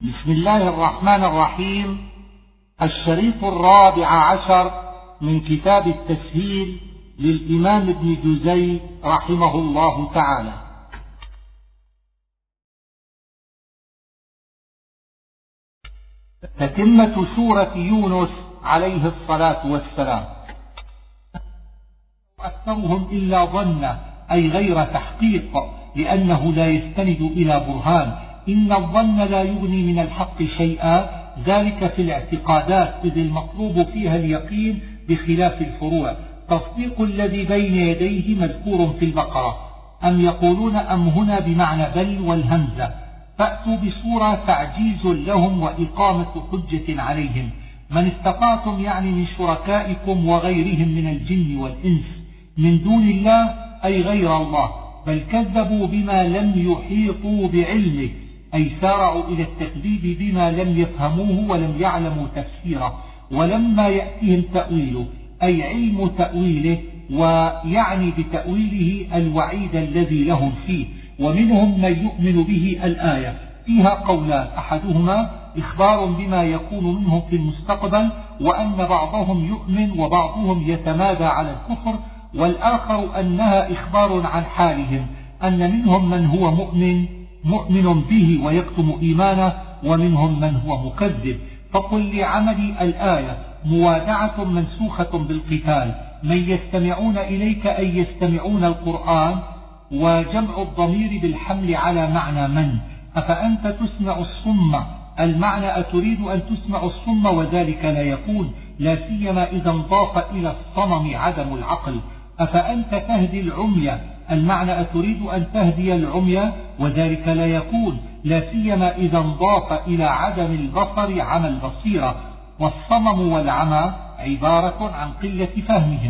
بسم الله الرحمن الرحيم. الشريط 14 من كتاب التسهيل للإمام ابن جزي رحمه الله تعالى. تتمة سورة يونس عليه الصلاة والسلام. أكثرهم إلا ظن، أي غير تحقيق، لأنه لا يستند إلى برهان. إن الظن لا يغني من الحق شيئا، ذلك في الاعتقادات، إذ المطلوب فيها اليقين بخلاف الفروع. تصديق الذي بين يديه مذكور في البقرة. أم يقولون أم هنا بمعنى بل والهمزة. فأتوا بصورة تعجيز لهم وإقامة حجة عليهم. من استطعتم يعني من شركائكم وغيرهم من الجن والإنس من دون الله، أي غير الله، بل كذبوا بما لم يحيطوا بعلمه، أي سارعوا إلى التكذيب بما لم يفهموه ولم يعلموا تفسيره ولما يأتيهم تأويله، أي علم تأويله، ويعني بتأويله الوعيد الذي لهم فيه. ومنهم من يؤمن به. الآية فيها قولان، أحدهما إخبار بما يكون منهم في المستقبل، وأن بعضهم يؤمن وبعضهم يتمادى على الكفر، والآخر أنها إخبار عن حالهم، أن منهم من هو مؤمن به ويكتم إيمانه، ومنهم من هو مكذب. فقل لعمل الآية موادعة منسوخة بالقتال. من يستمعون إليك أي يستمعون القرآن، وجمع الضمير بالحمل على معنى من. أفأنت تسمع الصم، المعنى أتريد أن تسمع الصم، وذلك لا يكون، لا سيما إذا انضاف إلى الصمم عدم العقل. أفأنت تهدي العمي، المعنى أتريد أن تهدي العمي، وذلك لا يكون، لا سيما إذا انضاف إلى عدم البصر عمى البصيرة. والصمم والعمى عبارة عن قلة فهمهم.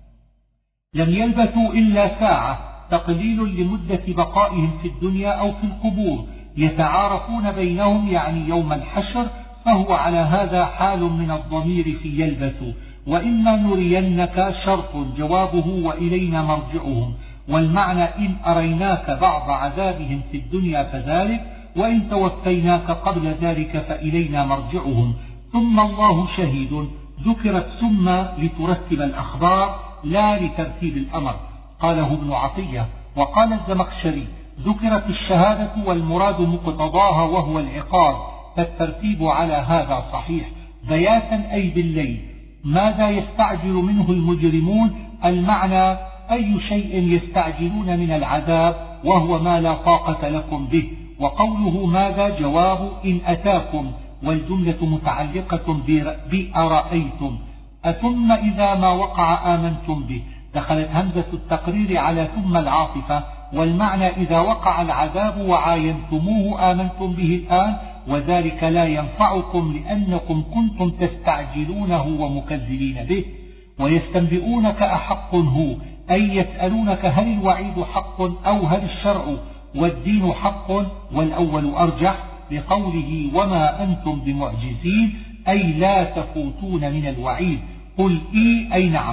لم يلبثوا إلا ساعة، تقليل لمدة بقائهم في الدنيا أو في القبور، يتعارفون بينهم يعني يوم الحشر، فهو على هذا حال من الضمير في يلبثوا. وإما نرينك شرط جوابه وإلينا مرجعهم، والمعنى إن أريناك بعض عذابهم في الدنيا فذلك، وإن توفيناك قبل ذلك فإلينا مرجعهم. ثم الله شهيد، ذكرت ثم لترتب الأخبار لا لترتيب الأمر، قاله ابن عطية. وقال الزمخشري ذكرت الشهادة والمراد مقتضاها وهو العقاب، فالترتيب على هذا صحيح. بياتا أي بالليل. ماذا يستعجل منه المجرمون، المعنى أي شيء يستعجلون من العذاب، وهو ما لا طاقة لكم به. وقوله ماذا جواب إن أتاكم، والجملة متعلقة بأرأيتم. أثم إذا ما وقع آمنتم به، دخلت همزة التقرير على ثم العاطفة، والمعنى إذا وقع العذاب وعاينتموه آمنتم به الآن، وذلك لا ينفعكم لأنكم كنتم تستعجلونه ومكذبين به. ويستنبئونك أحق هو، أي يسألونك هل الوعيد حق أو هل الشرع والدين حق، والأول أرجح لقوله وما أنتم بمعجزين، أي لا تفوتون من الوعيد. قل أي نعم.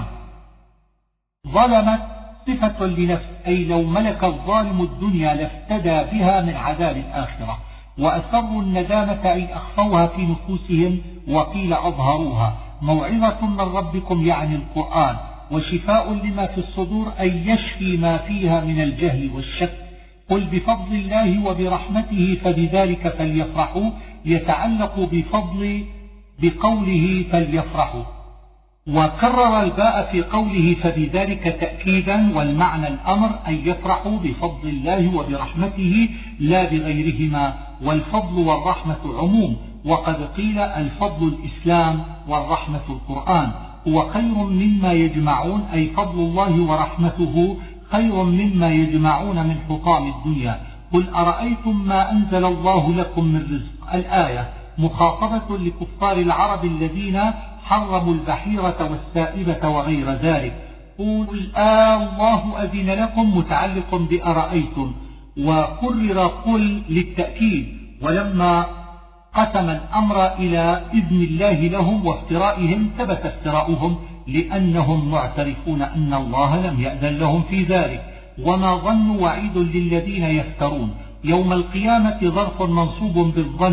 ظلمت صفة لنفس، أي لو ملك الظالم الدنيا لافتدى بها من عذاب الآخرة. وأسروا الندامة أي أخفوها في نفوسهم، وقيل أظهروها. موعظة من ربكم يعني القرآن، وشفاء لما في الصدور، أي يشفي ما فيها من الجهل والشك. قل بفضل الله وبرحمته فبذلك فليفرحوا، يتعلق بفضل بقوله فليفرحوا. وكرر الباء في قوله فبذلك تأكيدا، والمعنى الأمر أن يفرحوا بفضل الله وبرحمته لا بغيرهما، والفضل والرحمة عموم. وقد قيل الفضل الإسلام والرحمة القرآن. هو خير مما يجمعون، أي فضل الله ورحمته خير مما يجمعون من حطام الدنيا. قل أرأيتم ما أنزل الله لكم من رزق. الآية مخاطبة لكفار العرب الذين حرموا البحيرة والسائبة وغير ذلك. قل الله أذن لكم متعلق بأرأيتم، وقرر قل للتأكيد. ولما قسم الأمر إلى إذن الله لهم وافترائهم، ثبت افتراؤهم لأنهم معترفون أن الله لم يأذن لهم في ذلك. وما ظن وعيد للذين يفترون. يوم القيامة ظرف منصوب بالظن،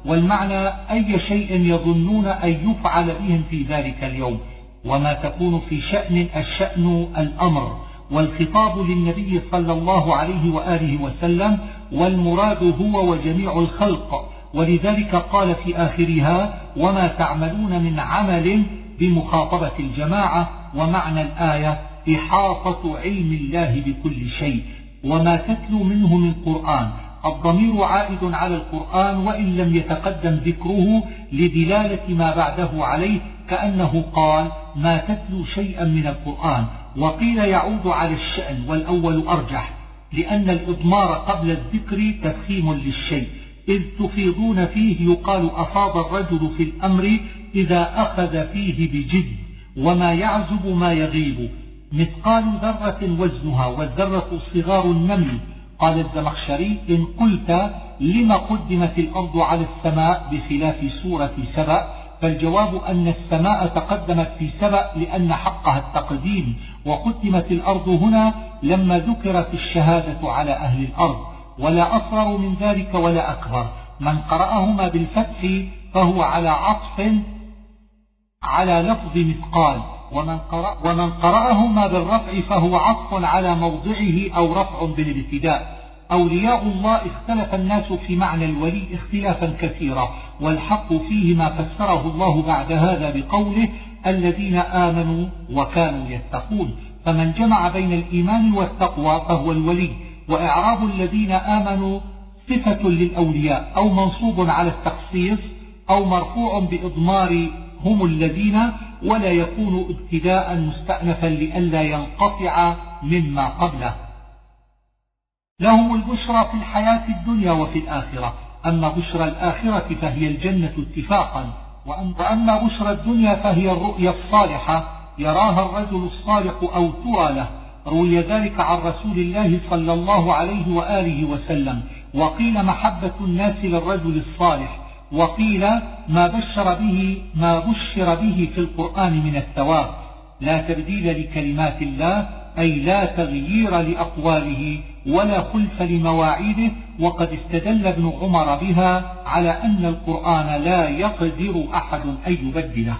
والمعنى أي شيء يظنون أن يفعل بهم في ذلك اليوم، وما تكون في شأن الشأن الأمر، والخطاب للنبي صلى الله عليه وآله وسلم، والمراد هو وجميع الخلق. ولذلك قال في آخرها: وما تعملون من عمل بمخاطبة الجماعة. ومعنى الآية إحاطة علم الله بكل شيء. وما تتلو منه من قرآن، الضمير عائد على القرآن وإن لم يتقدم ذكره لدلالة ما بعده عليه، كأنه قال: ما تتلو شيئا من القرآن. وقيل يعود على الشأن، والأول أرجح، لأن الإضمار قبل الذكر تفخيم للشيء، إذ تفيضون فيه يقال أفاض الرجل في الأمر إذا أخذ فيه بجد. وما يعزب ما يغيب، مثقال ذرة وزنها، والذرة صغار النمل. قال الزمخشري: إن قلت لما قدمت الأرض على السماء بخلاف سورة سبأ، فالجواب أن السماء تقدمت في سبأ لأن حقها التقديم، وقدمت الأرض هنا لما ذكرت الشهادة على أهل الأرض، ولا أصغر من ذلك ولا أكبر. من قرأهما بالفتح فهو على عطف على لفظ مثقال، ومن قرأهما بالرفع فهو عطف على موضعه أو رفع بالابتداء. أولياء الله اختلف الناس في معنى الولي اختلافا كثيرا، والحق فيه ما فسره الله بعد هذا بقوله: الذين آمنوا وكانوا يتقون. فمن جمع بين الإيمان والتقوى فهو الولي. وإعراب الذين آمنوا صفة للأولياء، أو منصوب على التخصيص، أو مرفوع بإضمار هم الذين، ولا يكون ابتداء مستأنفا لئلا ينقطع مما قبله. لهم البشرى في الحياة الدنيا وفي الآخرة. أما بشرى الآخرة فهي الجنة اتفاقا، وأما بشرى الدنيا فهي الرؤيا الصالحة يراها الرجل الصالح أو ترى له. روي ذلك عن رسول الله صلى الله عليه وآله وسلم. وقيل محبة الناس للرجل الصالح، وقيل ما بشر به في القرآن من الثواب. لا تبديل لكلمات الله، أي لا تغيير لأقواله ولا خلف لمواعيده. وقد استدل ابن عمر بها على أن القرآن لا يقدر أحد أن يبدله.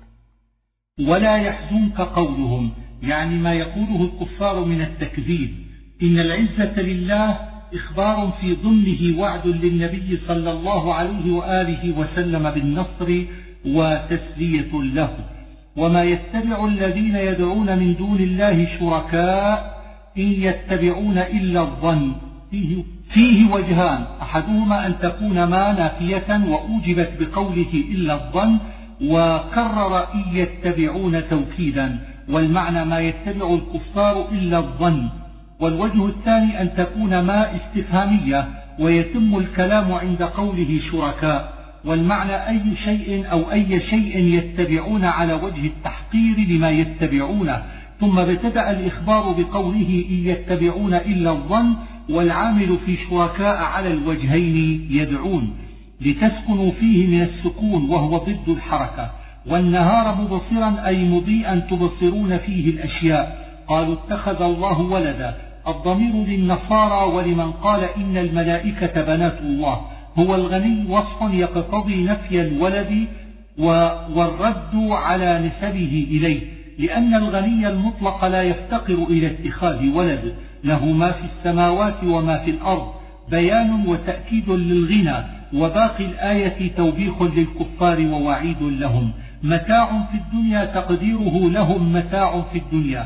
ولا يحزنك قولهم، يعني ما يقوله الكفار من التكذيب. إن العزة لله إخبار في ضمنه وعد للنبي صلى الله عليه وآله وسلم بالنصر وتسلية له. وما يتبع الذين يدعون من دون الله شركاء إن يتبعون إلا الظن. فيه وجهان: أحدهما أن تكون ما نافية وأوجبت بقوله إلا الظن، وكرر إن يتبعون توكيدا، والمعنى ما يتبع الكفار إلا الظن. والوجه الثاني أن تكون ما استفهامية ويتم الكلام عند قوله شركاء، والمعنى أي شيء أو أي شيء يتبعون على وجه التحقير لما يتبعونه. ثم ابتدأ الإخبار بقوله إن يتبعون إلا الظن، والعامل في شركاء على الوجهين يدعون، لتسكنوا فيه من السكون وهو ضد الحركة. والنهار مبصرا أي مضيئا تبصرون فيه الأشياء. قالوا اتخذ الله ولدا، الضمير للنصارى ولمن قال إن الملائكة بنات الله. هو الغني وصف يقتضي نفي الولد والرد على نسبه إليه، لأن الغني المطلق لا يفتقر إلى اتخاذ ولد، له ما في السماوات وما في الأرض، بيان وتأكيد للغنى. وباقي الآية توبيخ للكفار ووعيد لهم. متاع في الدنيا تقديره لهم متاع في الدنيا.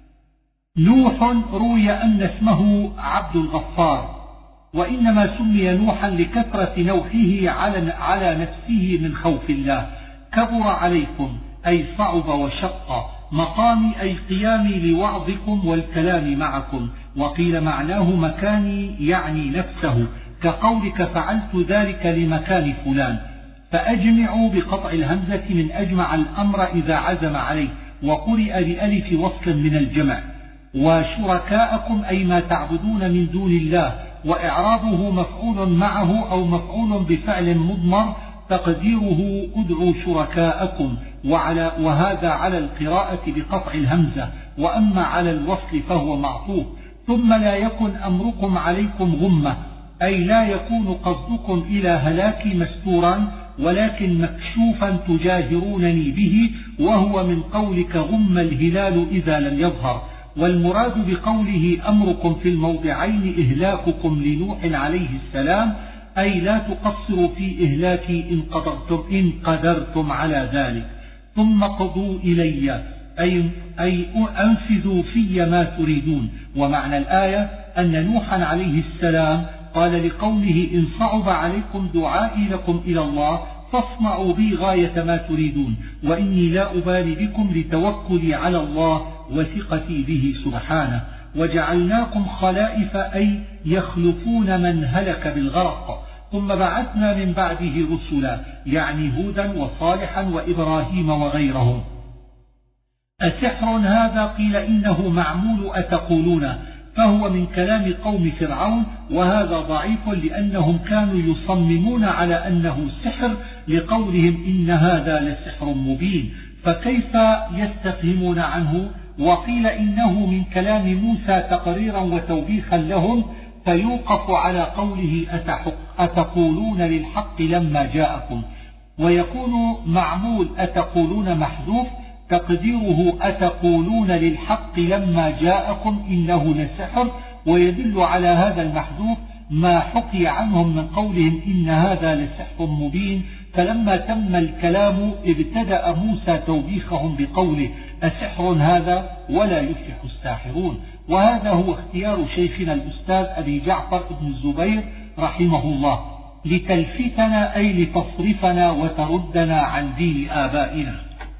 نوح روي أن اسمه عبد الغفار، وإنما سمي نوحا لكثرة نوحه على نفسه من خوف الله. كبر عليكم أي صعب وشق، مقامي أي قيامي لوعظكم والكلام معكم. وقيل معناه مكاني يعني نفسه، كقولك فعلت ذلك لمكان فلان. فأجمعوا بقطع الهمزة من أجمع الأمر إذا عزم عليه، وقرئ بألف وصل من الجمع. وشركاءكم أي ما تعبدون من دون الله، وإعرابه مفعول معه أو مفعول بفعل مضمر تقديره ادعوا شركاءكم، وهذا على القراءة بقطع الهمزة. وأما على الوصل فهو معطوف. ثم لا يكن أمركم عليكم غمة أي لا يكون قصدكم إلى هلاكي مستورا ولكن مكشوفا تجاهرونني به، وهو من قولك غم الهلال إذا لم يظهر. والمراد بقوله أمركم في الموضعين إهلاككم لنوح عليه السلام، أي لا تقصروا في إهلاكي إن قدرتم على ذلك. ثم قضوا إلي أي أنفذوا في ما تريدون. ومعنى الآية أن نوحا عليه السلام قال لقومه إن صعب عليكم دعائي لكم إلى الله فاصنعوا بي غاية ما تريدون، وإني لا أبالي بكم لتوكلي على الله وثقتي به سبحانه. وجعلناكم خلائف أي يخلفون من هلك بالغرق. ثم بعثنا من بعده رسلا يعني هودا وصالحا وإبراهيم وغيرهم. أسحر هذا؟ قيل إنه معمول أتقولون، فهو من كلام قوم فرعون، وهذا ضعيف لأنهم كانوا يصممون على أنه سحر لقولهم إن هذا لسحر مبين، فكيف يستفهمون عنه؟ وقيل إنه من كلام موسى تقريرا وتوبيخا لهم، فيوقف على قوله أتقولون للحق لما جاءكم، ويكون معمول أتقولون محذوف تقديره أتقولون للحق لما جاءكم إنه لسحر. ويدل على هذا المحذوف ما حكي عنهم من قولهم إن هذا لسحر مبين. فلما تم الكلام ابتدأ موسى توبيخهم بقوله أسحر هذا ولا يفلح الساحرون. وهذا هو اختيار شيخنا الأستاذ أبي جعفر بن الزبير رحمه الله، لتلفتنا أي لتصرفنا وتردنا عن دين آبائنا.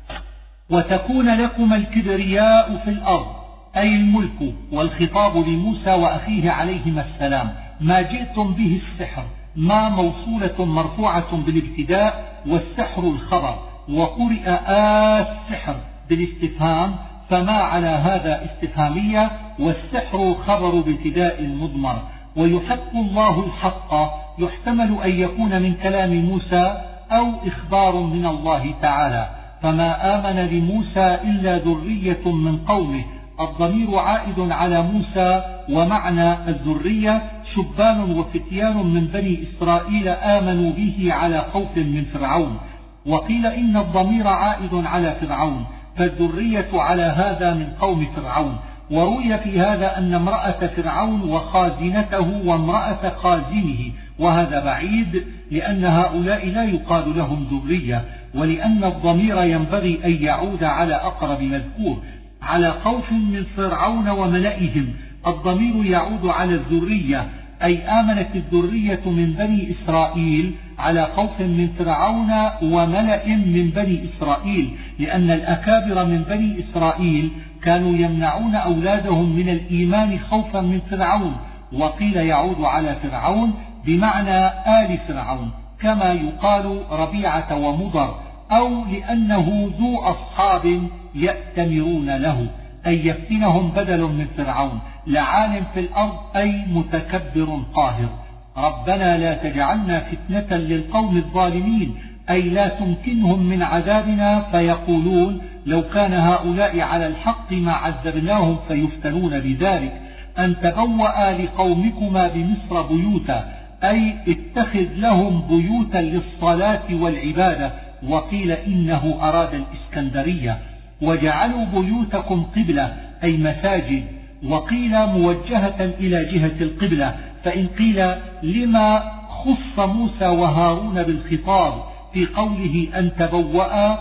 وتكون لكم الكبرياء في الأرض أي الملك، والخطاب لموسى وأخيه عليهما السلام. ما جئتم به السحر ما موصولة مرفوعة بالابتداء والسحر الخبر، وقرئ السحر بالاستفهام، فما على هذا استفهامية، والسحر خبر بابتداء مضمر. ويحق الله الحق يحتمل أن يكون من كلام موسى أو إخبار من الله تعالى، فما آمن لموسى إلا ذرية من قومه. الضمير عائد على موسى، ومعنى الذرية شبان وفتيان من بني إسرائيل آمنوا به على خوف من فرعون. وقيل إن الضمير عائد على فرعون، فالذرية على هذا من قوم فرعون. وروي في هذا أن امرأة فرعون وخازنته وامرأة خازنه، وهذا بعيد لأن هؤلاء لا يقال لهم ذرية، ولأن الضمير ينبغي أن يعود على أقرب مذكور. على خوف من فرعون وملئهم، الضمير يعود على الذرية، أي آمنت الذرية من بني إسرائيل على خوف من فرعون وملئ من بني إسرائيل، لأن الأكابر من بني إسرائيل كانوا يمنعون أولادهم من الإيمان خوفا من فرعون. وقيل يعود على فرعون بمعنى آل فرعون، كما يقال ربيعة ومضر، أو لأنه ذو أصحاب يأتمرون له، أي يفتنهم بدل من فرعون. لعالم في الأرض أي متكبر قاهر. ربنا لا تجعلنا فتنة للقوم الظالمين، أي لا تمكنهم من عذابنا فيقولون لو كان هؤلاء على الحق ما عذبناهم فيفتنون بذلك. أن تبوأ لقومكما بمصر بيوتا، أي اتخذ لهم بيوتا للصلاة والعبادة. وقيل إنه أراد الإسكندرية. وجعلوا بيوتكم قبلة أي مساجد، وقيل موجهة إلى جهة القبلة. فإن قيل لما خص موسى وهارون بالخطاب في قوله أن تبوأ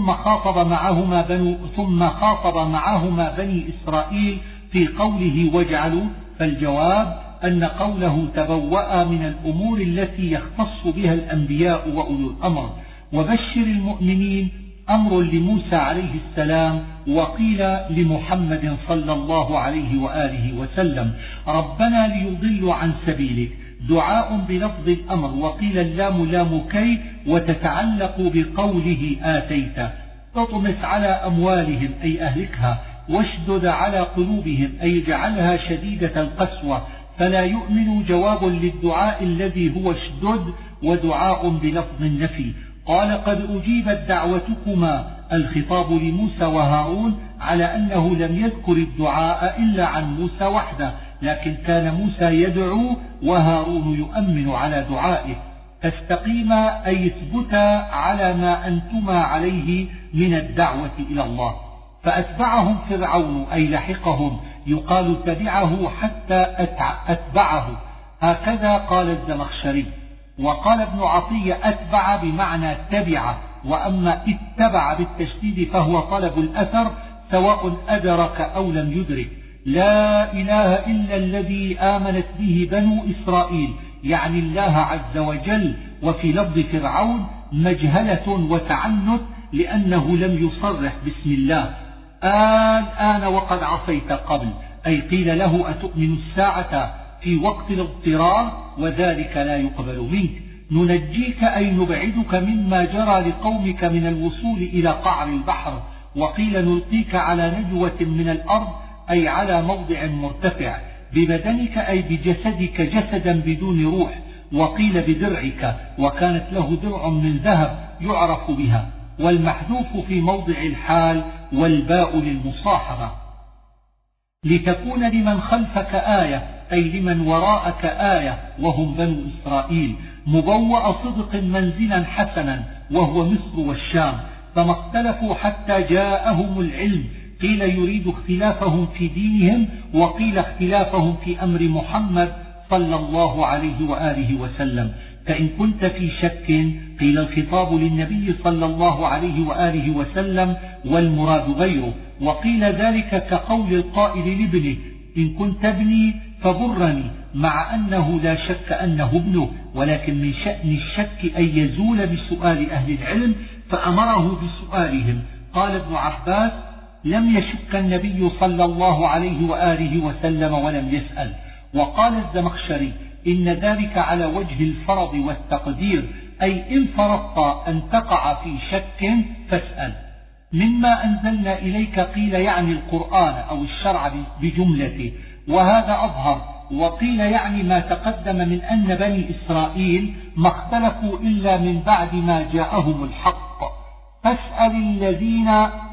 ثم خاطب معهما بني إسرائيل في قوله واجعلوا، فالجواب أن قوله تبوأ من الأمور التي يختص بها الأنبياء وأولو الأمر. وبشر المؤمنين أمر لموسى عليه السلام، وقيل لمحمد صلى الله عليه وآله وسلم. ربنا ليضلوا عن سبيلك، دعاء بلفظ الأمر. وقيل اللام لام كي وتتعلق بقوله آتيت. تطمس على أموالهم أي أهلكها، واشدد على قلوبهم أي جعلها شديدة القسوة فلا يؤمن، جواب للدعاء الذي هو اشدد، ودعاء بلفظ النفي. قال قد أجيبت دعوتكما، الخطاب لموسى وهارون على أنه لم يذكر الدعاء إلا عن موسى وحده، لكن كان موسى يدعو وهارون يؤمن على دعائه. فاستقيما أي اثبتا على ما أنتما عليه من الدعوة إلى الله. فأتبعهم فرعون أي لحقهم، يقال تبعه حتى أتبعه، هكذا قال الزمخشري. وقال ابن عطية أتبع بمعنى تبع، وأما اتبع بالتشديد فهو طلب الأثر سواء أدرك أو لم يدرك. لا إله إلا الذي آمنت به بنو إسرائيل، يعني الله عز وجل. وفي لفظ فرعون مجهلة وتعنت لأنه لم يصرح باسم الله. آن وقد عصيت قبل، أي قيل له أتؤمن الساعة في وقت الاضطرار وذلك لا يقبل منك. ننجيك أي نبعدك مما جرى لقومك من الوصول إلى قعر البحر. وقيل نلقيك على نجوة من الأرض أي على موضع مرتفع، ببدنك أي بجسدك جسدا بدون روح. وقيل بدرعك، وكانت له درع من ذهب يعرف بها، والمحذوف في موضع الحال والباء للمصاحبة. لتكون لمن خلفك آية أي لمن وراءك آية، وهم بنو إسرائيل. مبوأ صدق منزلا حسنا وهو مصر والشام، فما اختلفوا حتى جاءهم العلم. قيل يريد اختلافهم في دينهم، وقيل اختلافهم في أمر محمد صلى الله عليه وآله وسلم. فإن كنت في شك قيل الخطاب للنبي صلى الله عليه وآله وسلم والمراد غيره. وقيل ذلك كقول القائل لابنه إن كنت ابني فبرني، مع أنه لا شك أنه ابنه، ولكن من شأن الشك أن يزول بسؤال أهل العلم فأمره بسؤالهم. قال ابن عباس لم يشك النبي صلى الله عليه وآله وسلم ولم يسأل. وقال الزمخشري إن ذلك على وجه الفرض والتقدير، أي إن فرضت أن تقع في شك فاسأل. مما أنزلنا إليك قيل يعني القرآن أو الشرع بجملته، وهذا أظهر. وقيل يعني ما تقدم من أن بني إسرائيل ما اختلفوا إلا من بعد ما جاءهم الحق. فاسأل الذين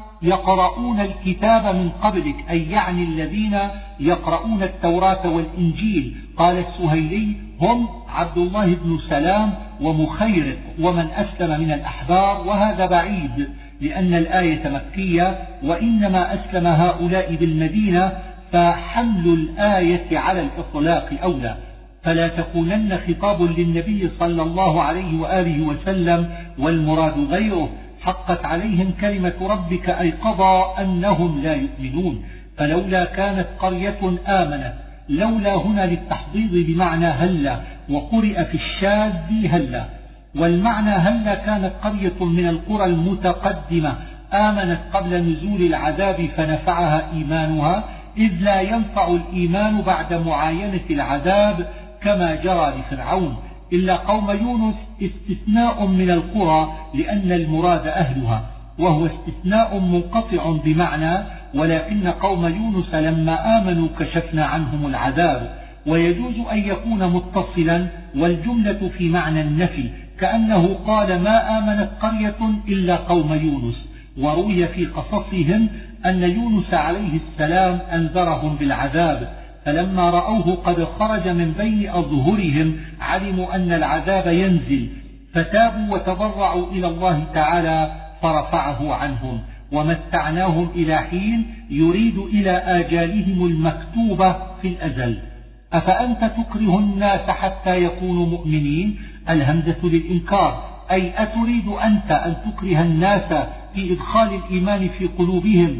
يقرؤون الكتاب من قبلك، أي يعني الذين يقرؤون التوراة والإنجيل. قال السهيلي هم عبد الله بن سلام ومخيرق ومن أسلم من الأحبار، وهذا بعيد لأن الآية مكية، وإنما أسلم هؤلاء بالمدينة، فحمل الآية على الإطلاق أولى. فلا تكونن خطاب للنبي صلى الله عليه وآله وسلم والمراد غيره. حقت عليهم كلمة ربك أي قضى أنهم لا يؤمنون. فلولا كانت قرية آمنت، لولا هنا للتحضيض بمعنى هلا، وقرئ في الشاذ هلا. والمعنى هلا كانت قرية من القرى المتقدمة آمنت قبل نزول العذاب فنفعها إيمانها، إذ لا ينفع الإيمان بعد معاينة العذاب كما جرى لفرعون. إلا قوم يونس استثناء من القرى لأن المراد أهلها، وهو استثناء منقطع بمعنى ولكن قوم يونس لما آمنوا كشفنا عنهم العذاب. ويجوز أن يكون متصلا والجملة في معنى النفي، كأنه قال ما آمنت قرية إلا قوم يونس. وروي في قصصهم أن يونس عليه السلام أنذرهم بالعذاب، فلما رأوه قد خرج من بين أظهرهم علموا أن العذاب ينزل، فتابوا وتضرعوا إلى الله تعالى فرفعه عنهم. ومتعناهم إلى حين يريد إلى آجالهم المكتوبة في الأزل. أفأنت تكره الناس حتى يكونوا مؤمنين؟ الهمزة للإنكار، أي أتريد أنت أن تكره الناس في إدخال الإيمان في قلوبهم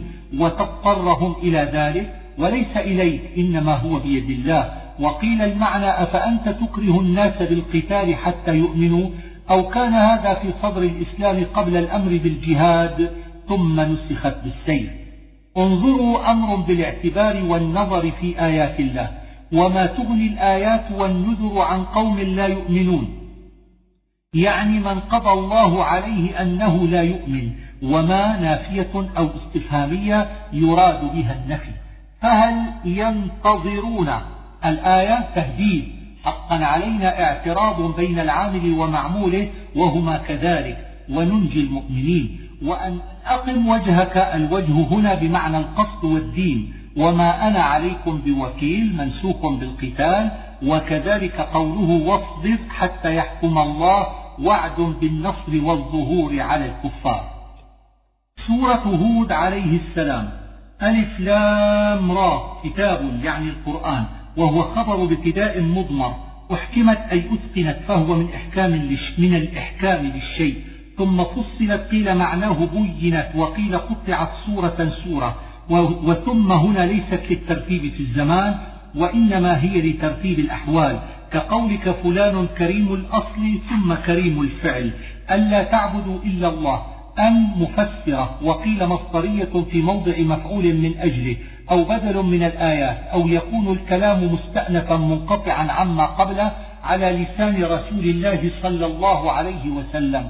وتضطرهم إلى ذلك؟ وليس إليك، إنما هو بيد الله. وقيل المعنى أفأنت تكره الناس بالقتال حتى يؤمنوا، أو كان هذا في صدر الإسلام قبل الأمر بالجهاد ثم نسخت بالسيف. انظروا أمر بالاعتبار والنظر في آيات الله. وما تغني الآيات والنذر عن قوم لا يؤمنون، يعني من قضى الله عليه أنه لا يؤمن. وما نافية أو استفهامية يراد بها النفي. فهل ينتظرون؟ الآية تهديد، حقا علينا اعتراض بين العامل ومعموله وهما كذلك، وننجي المؤمنين. وأن أقم وجهك، الوجه هنا بمعنى القصد والدين، وما أنا عليكم بوكيل منسوخ بالقتال. وكذلك قوله واصبر حتى يحكم الله وعد بالنصر والظهور على الكفار. سورة هود عليه السلام. ألف لام را، كتاب يعني القرآن، وهو خبر ابتداء مضمر، أحكمت أي أتقنت، فهو من الإحكام للشيء، ثم فصلت قيل معناه بينت، وقيل قطعت سورة سورة. وثم هنا ليست للترتيب في الزمان، وإنما هي لترتيب الأحوال، كقولك فلان كريم الأصل ثم كريم الفعل. ألا تعبدوا إلا الله، أن مفسرة، وقيل مصدرية في موضع مفعول من أجله، أو بدل من الآيات، أو يكون الكلام مستأنفا منقطعا عما قبله على لسان رسول الله صلى الله عليه وسلم.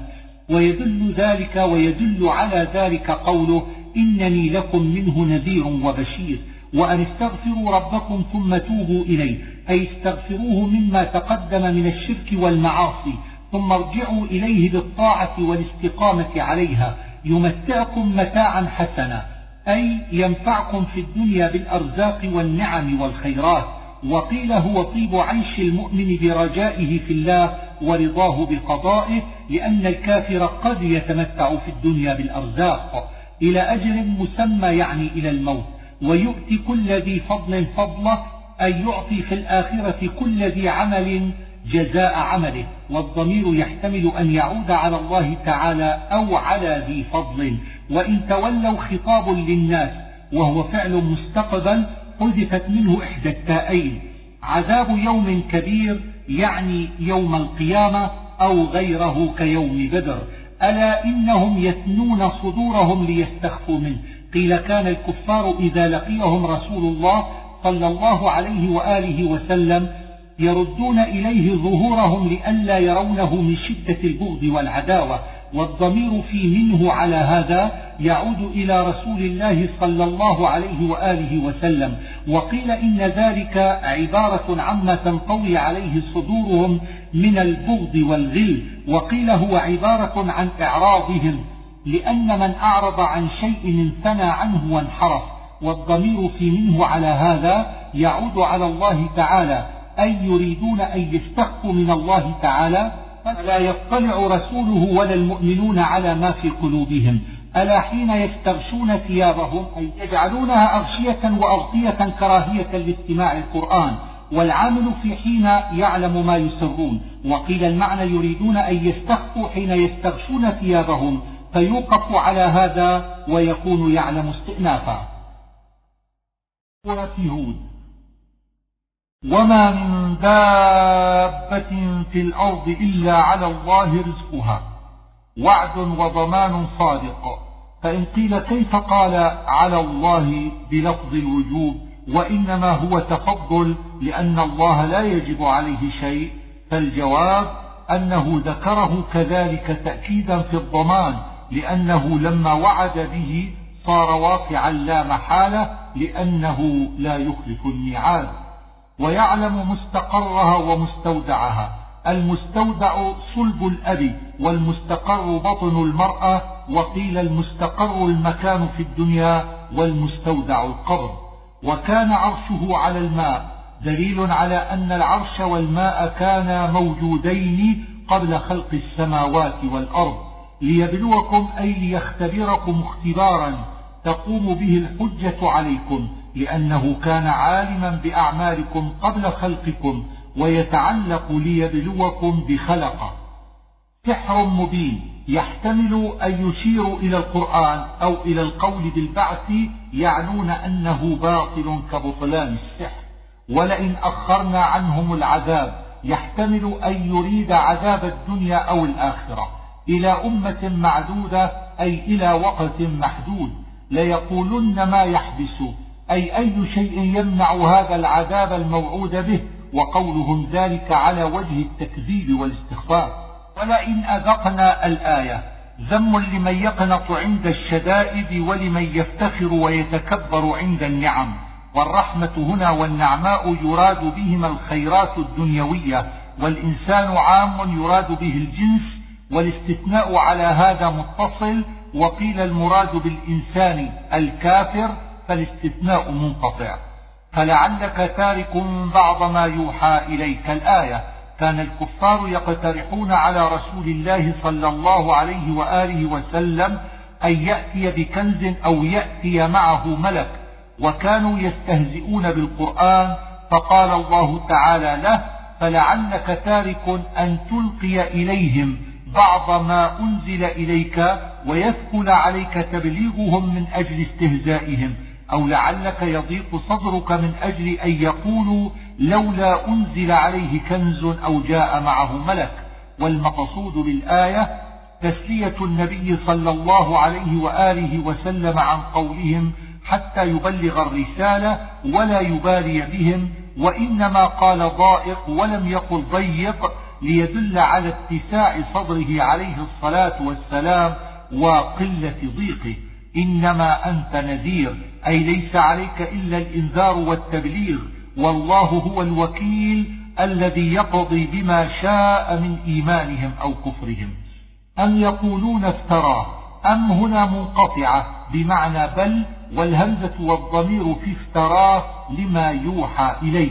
ويدل على ذلك قوله إنني لكم منه نذير وبشير، وأن استغفروا ربكم ثم توبوا إليه، أي استغفروه مما تقدم من الشرك والمعاصي، ثم ارجعوا إليه بالطاعة والاستقامة عليها، يمتعكم متاعا حسنا، أي ينفعكم في الدنيا بالأرزاق والنعم والخيرات. وقيل هو طيب عيش المؤمن برجائه في الله ورضاه بقضائه، لأن الكافر قد يتمتع في الدنيا بالأرزاق إلى أجل مسمى، يعني إلى الموت، ويؤتي كل ذي فضل فضله، أي يعطي في الآخرة كل ذي عمل جزاء عمله. والضمير يحتمل أن يعود على الله تعالى أو على ذي فضل. وإن تولوا خطاب للناس وهو فعل مستقبل، حذفت منه إحدى التائين. عذاب يوم كبير يعني يوم القيامة أو غيره كيوم بدر. ألا إنهم يثنون صدورهم ليستخفوا منه. قيل كان الكفار إذا لقيهم رسول الله صلى الله عليه وآله وسلم يردون إليه ظهورهم لئلا يرونه من شدة البغض والعداوة. والضمير في منه على هذا يعود إلى رسول الله صلى الله عليه وآله وسلم. وقيل إن ذلك عبارة عما تنطوي عليه صدورهم من البغض والغل. وقيل هو عبارة عن إعراضهم، لأن من أعرض عن شيء انثنى عنه وانحرف. والضمير في منه على هذا يعود على الله تعالى، أي يريدون أن يستخفوا من الله تعالى، فلا يطلع رسوله ولا المؤمنون على ما في قلوبهم. ألا حين يستغشون ثيابهم، أي يجعلونها أغشية وأغطية كراهية لاستماع القرآن، والعامل في حين يعلم ما يسرون. وقيل المعنى يريدون أن يستخفوا حين يستغشون ثيابهم، فيوقف على هذا ويكون يعلم استئنافا. سورة هود. وما من دابة في الأرض إلا على الله رزقها، وعد وضمان صادق. فإن قيل كيف قال على الله بلفظ الوجوب وإنما هو تفضل لأن الله لا يجب عليه شيء، فالجواب أنه ذكره كذلك تأكيدا في الضمان، لأنه لما وعد به صار واقعا لا محالة، لأنه لا يخلف الميعاد. ويعلم مستقرها ومستودعها. المستودع صلب الأب، والمستقر بطن المرأة. وقيل المستقر المكان في الدنيا، والمستودع القبر. وكان عرشه على الماء، دليل على أن العرش والماء كانا موجودين قبل خلق السماوات والأرض، ليبلوكم أي ليختبركم اختبارا تقوم به الحجة عليكم، لأنه كان عالما بأعمالكم قبل خلقكم، ويتعلق ليبلوكم بخلقه. سحر مبين يحتمل أن يشير إلى القرآن أو إلى القول بالبعث، يعنون أنه باطل كبطلان السحر. ولئن أخرنا عنهم العذاب يحتمل أن يريد عذاب الدنيا أو الآخرة إلى أمة معدودة، أي إلى وقت محدود، ليقولن ما يحبسه، أي شيء يمنع هذا العذاب الموعود به. وقولهم ذلك على وجه التكذيب والاستخفاف. ولئن أذقنا الآية ذم لمن يقنط عند الشدائد ولمن يفتخر ويتكبر عند النعم. والرحمة هنا والنعماء يراد بهما الخيرات الدنيوية، والإنسان عام يراد به الجنس، والاستثناء على هذا متصل. وقيل المراد بالإنسان الكافر فالاستثناء منقطع. فلعلك تارك بعض ما يوحى إليك الآية. كان الكفار يقترحون على رسول الله صلى الله عليه وآله وسلم أن يأتي بكنز أو يأتي معه ملك، وكانوا يستهزئون بالقرآن، فقال الله تعالى له: فلعلك تارك أن تلقي إليهم بعض ما أنزل إليك ويثقل عليك تبليغهم من أجل استهزائهم، أو لعلك يضيق صدرك من أجل أن يقولوا لولا أنزل عليه كنز أو جاء معه ملك. والمقصود بالآية تسلية النبي صلى الله عليه وآله وسلم عن قولهم حتى يبلغ الرسالة ولا يبالي بهم، وإنما قال ضائق ولم يقل ضيق ليدل على اتساع صدره عليه الصلاة والسلام وقلة ضيقه. إنما أنت نذير، أي ليس عليك إلا الإنذار والتبليغ، والله هو الوكيل الذي يقضي بما شاء من إيمانهم أو كفرهم. أم يقولون افتراه، أم هنا منقطعة بمعنى بل، والهمزة والضمير في افتراه لما يوحى إليه.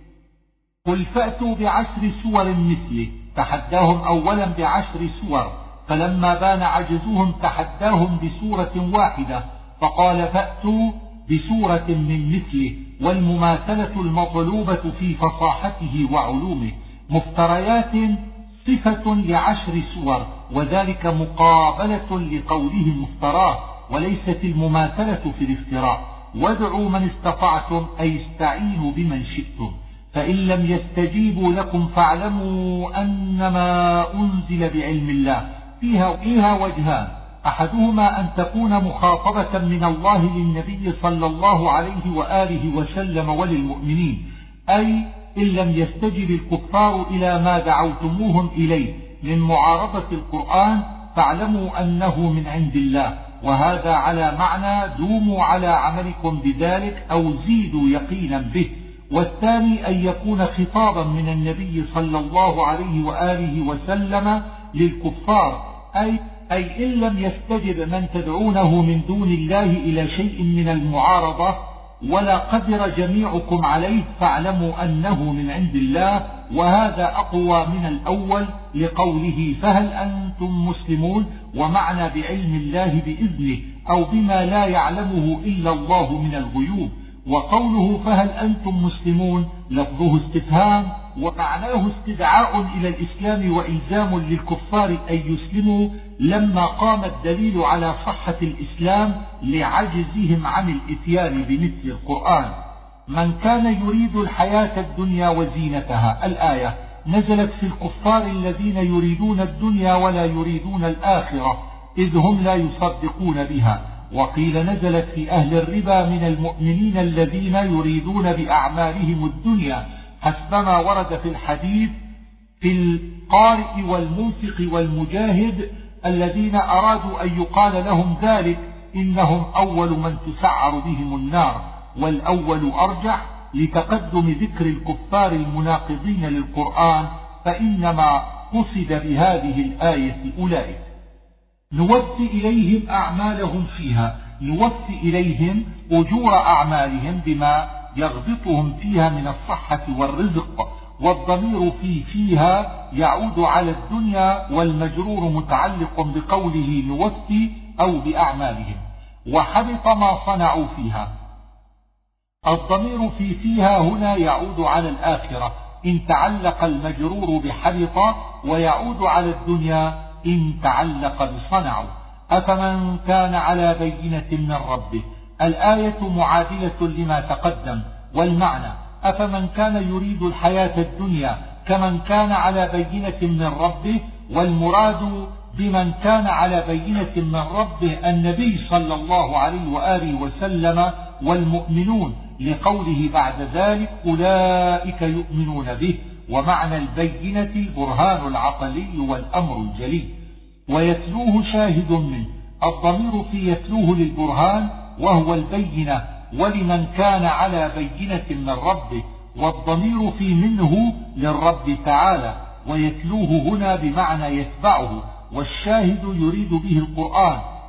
قل فأتوا بعشر سور مثله، تحداهم أولا بعشر سور، فلما بان عجزهم تحداهم بسورة واحدة، فقال فأتوا بسورة من مثله، والمماثلة المطلوبة في فصاحته وعلومه. مفتريات صفة لعشر سور، وذلك مقابلة لقوله مفتراه، وليست المماثلة في الافتراء. وادعوا من استطعتم، أي استعينوا بمن شئتم. فإن لم يستجيبوا لكم فاعلموا أنما أنزل بعلم الله. فيها وجهان: أحدهما أن تكون مخاطبة من الله للنبي صلى الله عليه وآله وسلم وللمؤمنين، أي إن لم يستجب الكفار إلى ما دعوتموهم إليه من معارضة القرآن فاعلموا أنه من عند الله، وهذا على معنى دوموا على عملكم بذلك أو زيدوا يقينا به. والثاني أن يكون خطابا من النبي صلى الله عليه وآله وسلم للكفار، أي إن لم يستجب من تدعونه من دون الله إلى شيء من المعارضة ولا قدر جميعكم عليه فاعلموا أنه من عند الله، وهذا أقوى من الأول لقوله فهل أنتم مسلمون، ومعنى بعلم الله بإذنه أو بما لا يعلمه إلا الله من الغيوب. وقوله فهل أنتم مسلمون لفظه استفهام، ومعناه استدعاء إلى الإسلام وإلزام للكفار أن يسلموا لما قام الدليل على صحة الإسلام لعجزهم عن الإتيان بمثل القرآن. من كان يريد الحياة الدنيا وزينتها، الآية نزلت في الكفار الذين يريدون الدنيا ولا يريدون الآخرة إذ هم لا يصدقون بها. وقيل نزلت في أهل الربا من المؤمنين الذين يريدون بأعمالهم الدنيا، حسبما ورد في الحديث في القارئ والمنفق والمجاهد الذين أرادوا أن يقال لهم ذلك إنهم أول من تسعر بهم النار، والأول أرجح لتقدم ذكر الكفار المناقضين للقرآن، فإنما قصد بهذه الآية أولئك. نوفي إليهم أعمالهم فيها، نوفي إليهم أجور أعمالهم بما يغبطهم فيها من الصحة والرزق، والضمير فيها يعود على الدنيا، والمجرور متعلق بقوله نوفي أو بأعمالهم. وحبط ما صنعوا فيها، الضمير فيها هنا يعود على الآخرة إن تعلق المجرور بحبط، ويعود على الدنيا إن تعلق بصنعوا. أفمن كان على بينة من ربه، الآية معادلة لما تقدم، والمعنى أفمن كان يريد الحياة الدنيا كمن كان على بينة من ربه، والمراد بمن كان على بينة من ربه النبي صلى الله عليه وآله وسلم والمؤمنون، لقوله بعد ذلك أولئك يؤمنون به. ومعنى البينة البرهان العقلي والأمر الجلي، ويتلوه شاهد منه، الضمير في يتلوه للبرهان وهو البينة ولمن كان على بينة من ربه، والضمير في منه للرب تعالى، ويتلوه هنا بمعنى يتبعه، والشاهد يريد به القرآن،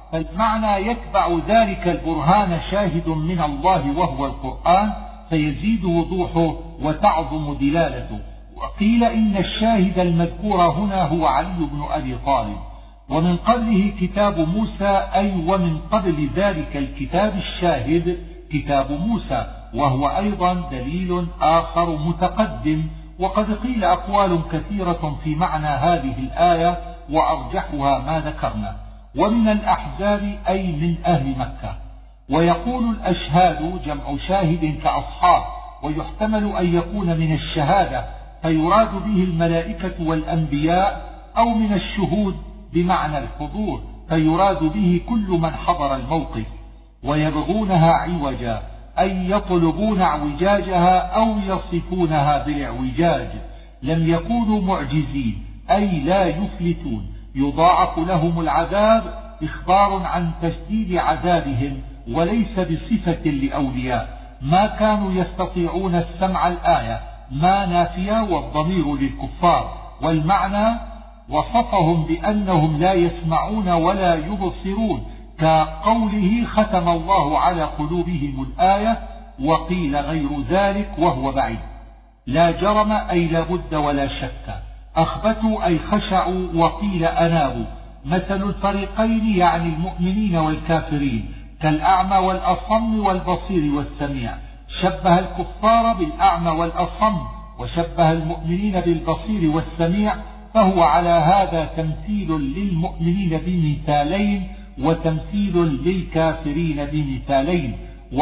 فالمعنى يتبع ذلك البرهان شاهد من الله وهو القرآن، فيزيد وضوحه وتعظم دلالته. وقيل إن الشاهد المذكور هنا هو علي بن أبي طالب. ومن قبله كتاب موسى، أي ومن قبل ذلك الكتاب الشاهد كتاب موسى، وهو أيضا دليل آخر متقدم. وقد قيل أقوال كثيرة في معنى هذه الآية، وأرجحها ما ذكرنا. ومن الأحزاب أي من أهل مكة. ويقول الأشهاد جمع شاهد كأصحاب، ويحتمل أن يكون من الشهادة فيراد به الملائكة والأنبياء، أو من الشهود بمعنى الحضور فيراد به كل من حضر الموقف. ويبغونها عوجا أي يطلبون اعوجاجها أو يصفونها بالاعوجاج. لم يكونوا معجزين أي لا يفلتون، يضاعف لهم العذاب إخبار عن تشديد عذابهم وليس بصفة لأولياء. ما كانوا يستطيعون السمع الآية ما نافية والضمير للكفار، والمعنى وصفهم بأنهم لا يسمعون ولا يبصرون، كقوله ختم الله على قلوبهم الآية. وقيل غير ذلك وهو بعيد. لا جرم أي لا بد ولا شك. أخبتوا أي خشعوا. وقيل أنابوا. مثل الفريقين يعني المؤمنين والكافرين كالأعمى والأصم والبصير والسميع. شبه الكفار بالأعمى والأصم، وشبه المؤمنين بالبصير والسميع، فهو على هذا تمثيل للمؤمنين بمثالين وتمثيل للكافرين بمثالين.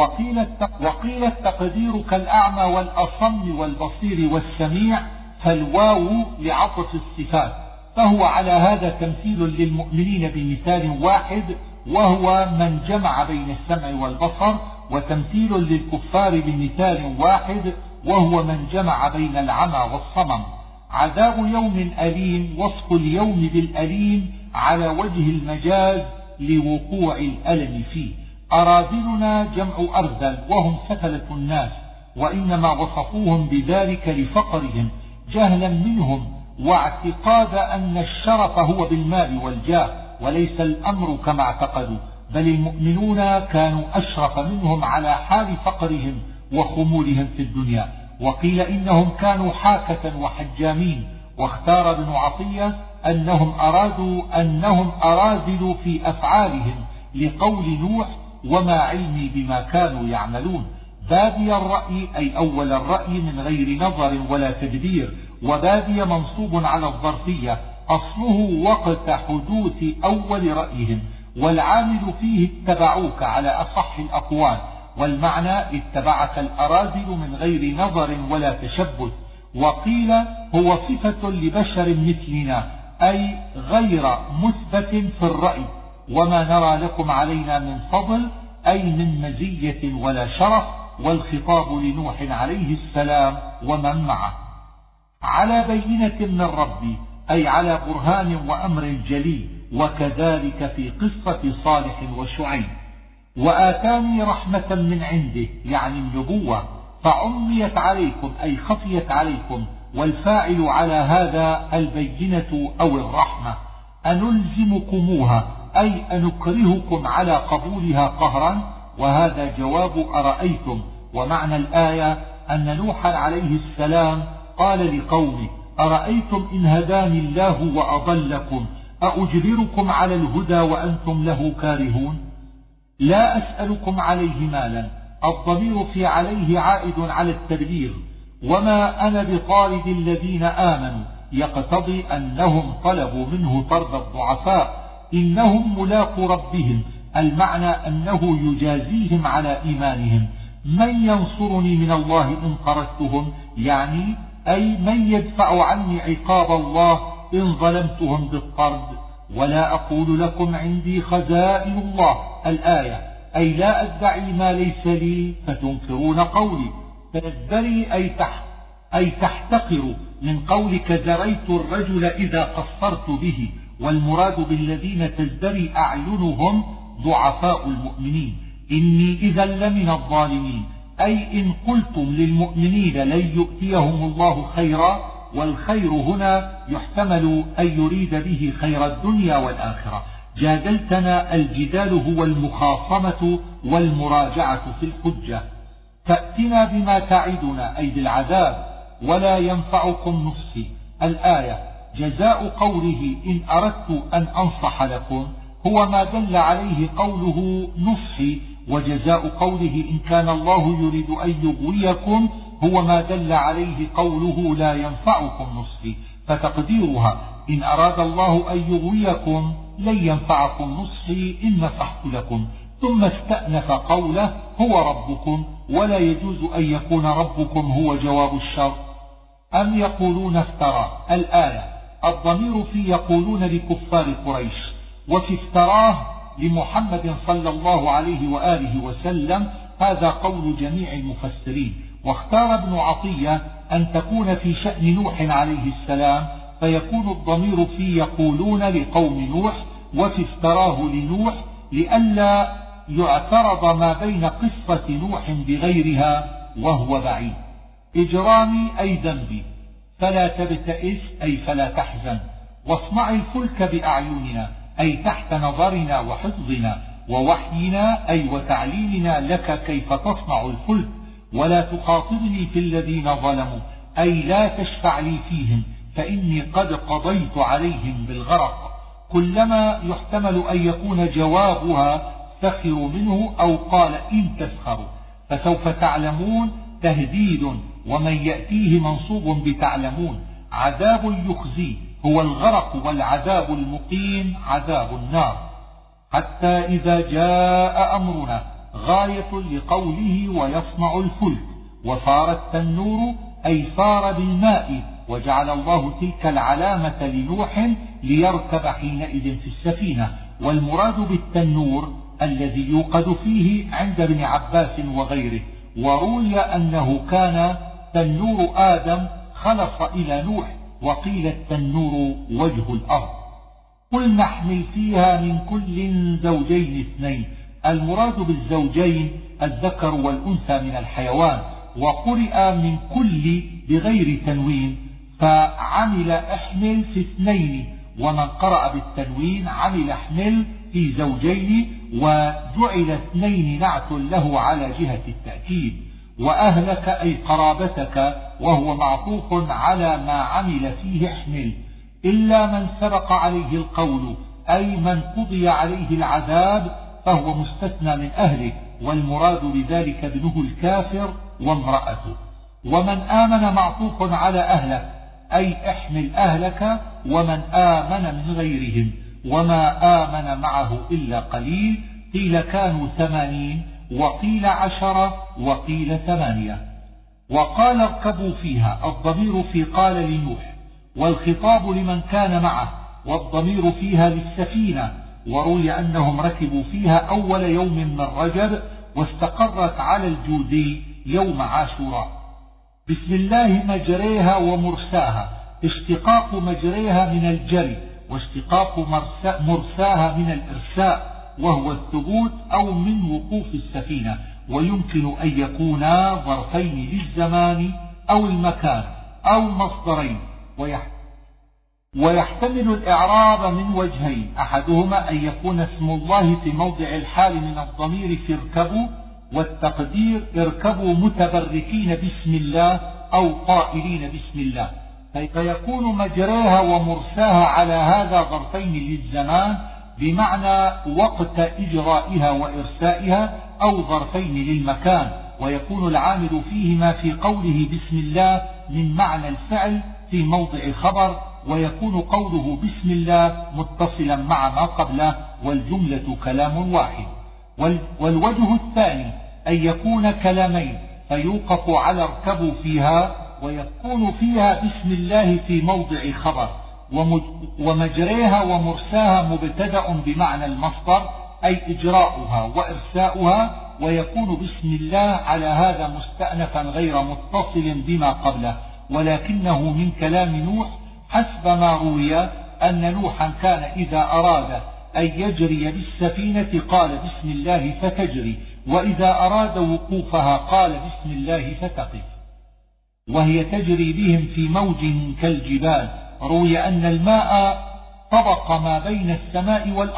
وقيل التقدير كالأعمى والأصم والبصير والسميع، فالواو لعطف الصفات، فهو على هذا تمثيل للمؤمنين بمثال واحد وهو من جمع بين السمع والبصر، وتمثيل للكفار بمثال واحد وهو من جمع بين العمى والصمم. عذاب يوم أليم، وصف اليوم بالأليم على وجه المجاز لوقوع الألم فيه. أراذلنا جمع أرذل وهم سفلة الناس، وإنما وصفوهم بذلك لفقرهم جهلا منهم واعتقاد أن الشرف هو بالمال والجاه، وليس الأمر كما اعتقدوا، بل المؤمنون كانوا أشرف منهم على حال فقرهم وخمولهم في الدنيا. وقيل إنهم كانوا حاكة وحجامين. واختار ابن عطية أنهم أراذلوا في أفعالهم لقول نوح وما علمي بما كانوا يعملون. بادي الرأي أي أول الرأي من غير نظر ولا تدبير. وبادي منصوب على الظرفية، أصله وقت حدوث أول رأيهم، والعامل فيه اتبعوك على أصح الأقوال، والمعنى اتبعك الأراذل من غير نظر ولا تشبث. وقيل هو صفة لبشر مثلنا أي غير مثبت في الرأي، وما نرى لكم علينا من فضل أي من مزية ولا شرف. والخطاب لنوح عليه السلام ومن معه. على بينة من ربي أي على برهان وأمر جلي، وكذلك في قصة صالح وشعيب. وآتاني رحمة من عنده يعني النبوة، فعميت عليكم أي خفيت عليكم، والفاعل على هذا البينة أو الرحمة. أنلزمكموها أي أنكرهكم على قبولها قهرا، وهذا جواب أرأيتم. ومعنى الآية أن نوحا عليه السلام قال لقومه أرأيتم إن هداني الله وأضلكم أأجبركم على الهدى وأنتم له كارهون. لا أسألكم عليه مالا، الضمير في عليه عائد على التبليغ. وما أنا بطارد الذين آمنوا يقتضي أنهم طلبوا منه طرد الضعفاء. إنهم ملاقوا ربهم، المعنى أنه يجازيهم على إيمانهم. من ينصرني من الله إن طردتهم، يعني أي من يدفع عني عقاب الله إن ظلمتهم بالطرد. ولا أقول لكم عندي خزائن الله الآية أي لا أدعي ما ليس لي فتنكرون قولي. فالزري أي تحتقر من قولك زريت الرجل إذا قصرت به، والمراد بالذين تزدري أعينهم ضعفاء المؤمنين. إني إذا لمن الظالمين أي إن قلتم للمؤمنين لن يؤتيهم الله خيرا، والخير هنا يحتمل أن يريد به خير الدنيا والآخرة. جادلتنا. الجدال هو المخاصمة والمراجعة في الحجة. فأتنا بما تعدنا أي بالعذاب ولا ينفعكم نصحي. الآية. جزاء قوله إن أردت أن أنصح لكم هو ما دل عليه قوله نصحي، وجزاء قوله إن كان الله يريد أن يغويكم هو ما دل عليه قوله لا ينفعكم نصحي، فتقديرها إن أراد الله أن يغويكم لن ينفعكم نصحي إن نصحت لكم. ثم استأنف قوله هو ربكم، ولا يجوز أن يكون ربكم هو جواب الشرط. أم يقولون افترى. الآية. الضمير في يقولون لكفار قريش، وفي افتراه لمحمد صلى الله عليه وآله وسلم، هذا قول جميع المفسرين. واختار ابن عطية أن تكون في شأن نوح عليه السلام، فيكون الضمير في يقولون لقوم نوح، وفي افتراه لنوح، لئلا يعترض ما بين قصة نوح بغيرها وهو بعيد. إجرامي أي ذنبي، فلا تبتئس أي فلا تحزن، واصنع الفلك بأعيننا أي تحت نظرنا وحفظنا، ووحينا أي وتعليمنا لك كيف تصنع الفلك، ولا تخاطبني في الذين ظلموا أي لا تشفع لي فيهم فإني قد قضيت عليهم بالغرق. كلما يحتمل أن يكون جوابها سخروا منه أو قال إن تسخروا، فسوف تعلمون تهديد، ومن يأتيه منصوب بتعلمون. عذاب يخزي هو الغرق، والعذاب المقيم عذاب النار. حتى إذا جاء أمرنا غاية لقوله ويصنع الفلك، وصار التنور أي صار بالماء، وجعل الله تلك العلامة لنوح ليركب حينئذ في السفينة. والمراد بالتنور الذي يوقد فيه عند ابن عباس وغيره. وروي أنه كان تنور آدم خلص إلى نوح، وقيل التنور وجه الأرض. قل نحمل فيها من كل زوجين اثنين. المراد بالزوجين الذكر والأنثى من الحيوان، وقرئ من كل بغير تنوين، فعمل احمل في اثنين، ومن قرأ بالتنوين عمل احمل في زوجين، وجعل اثنين نعت له على جهة التأكيد. وأهلك أي قرابتك، وهو معطوف على ما عمل فيه احمل، إلا من سبق عليه القول أي من قضي عليه العذاب فهو مستثنى من أهله، والمراد بذلك ابنه الكافر وامرأته. ومن آمن معطوف على أهلك أي احمل أهلك، ومن آمن من غيرهم، وما آمن معه إلا قليل، قيل كانوا 80 وقيل 10 وقيل 8. وقال اركبوا فيها، الضمير في قال لنوح، والخطاب لمن كان معه، والضمير فيها للسفينة. وروي أنهم ركبوا فيها أول يوم من رجب، واستقرت على الجودي يوم عاشوراء. بسم الله مجريها ومرساها، اشتقاق مجريها من الجري، واشتقاق مرساها من الإرساء، وهو الثبوت أو من وقوف السفينة، ويمكن أن يكونا ظرفين للزمان أو المكان أو مصدرين، ويحتمل الإعراب من وجهين، أحدهما أن يكون اسم الله في موضع الحال من الضمير في اركبوا، والتقدير اركبوا متبركين بسم الله أو قائلين بسم الله، فيكون مجريها ومرساها على هذا ظرفين للزمان بمعنى وقت إجرائها وإرسائها، أو ظرفين للمكان، ويكون العامل فيهما في قوله بسم الله من معنى الفعل في موضع خبر، ويكون قوله بسم الله متصلا مع ما قبله، والجملة كلام واحد. والوجه الثاني أن يكون كلامين فيوقف على اركبوا فيها، ويكون فيها بسم الله في موضع خبر، ومجريها ومرساها مبتدأ بمعنى المصدر أي إجراؤها وإرساؤها، ويكون بسم الله على هذا مستأنفا غير متصل بما قبله، ولكنه من كلام نوح، حسب ما روي أن نوحا كان إذا أراد أن يجري بالسفينة قال بسم الله فتجري، وإذا أراد وقوفها قال بسم الله فتقف، وهي تجري بهم في موج كالجبال. روي أن الماء طبق ما بين السماء والأرض،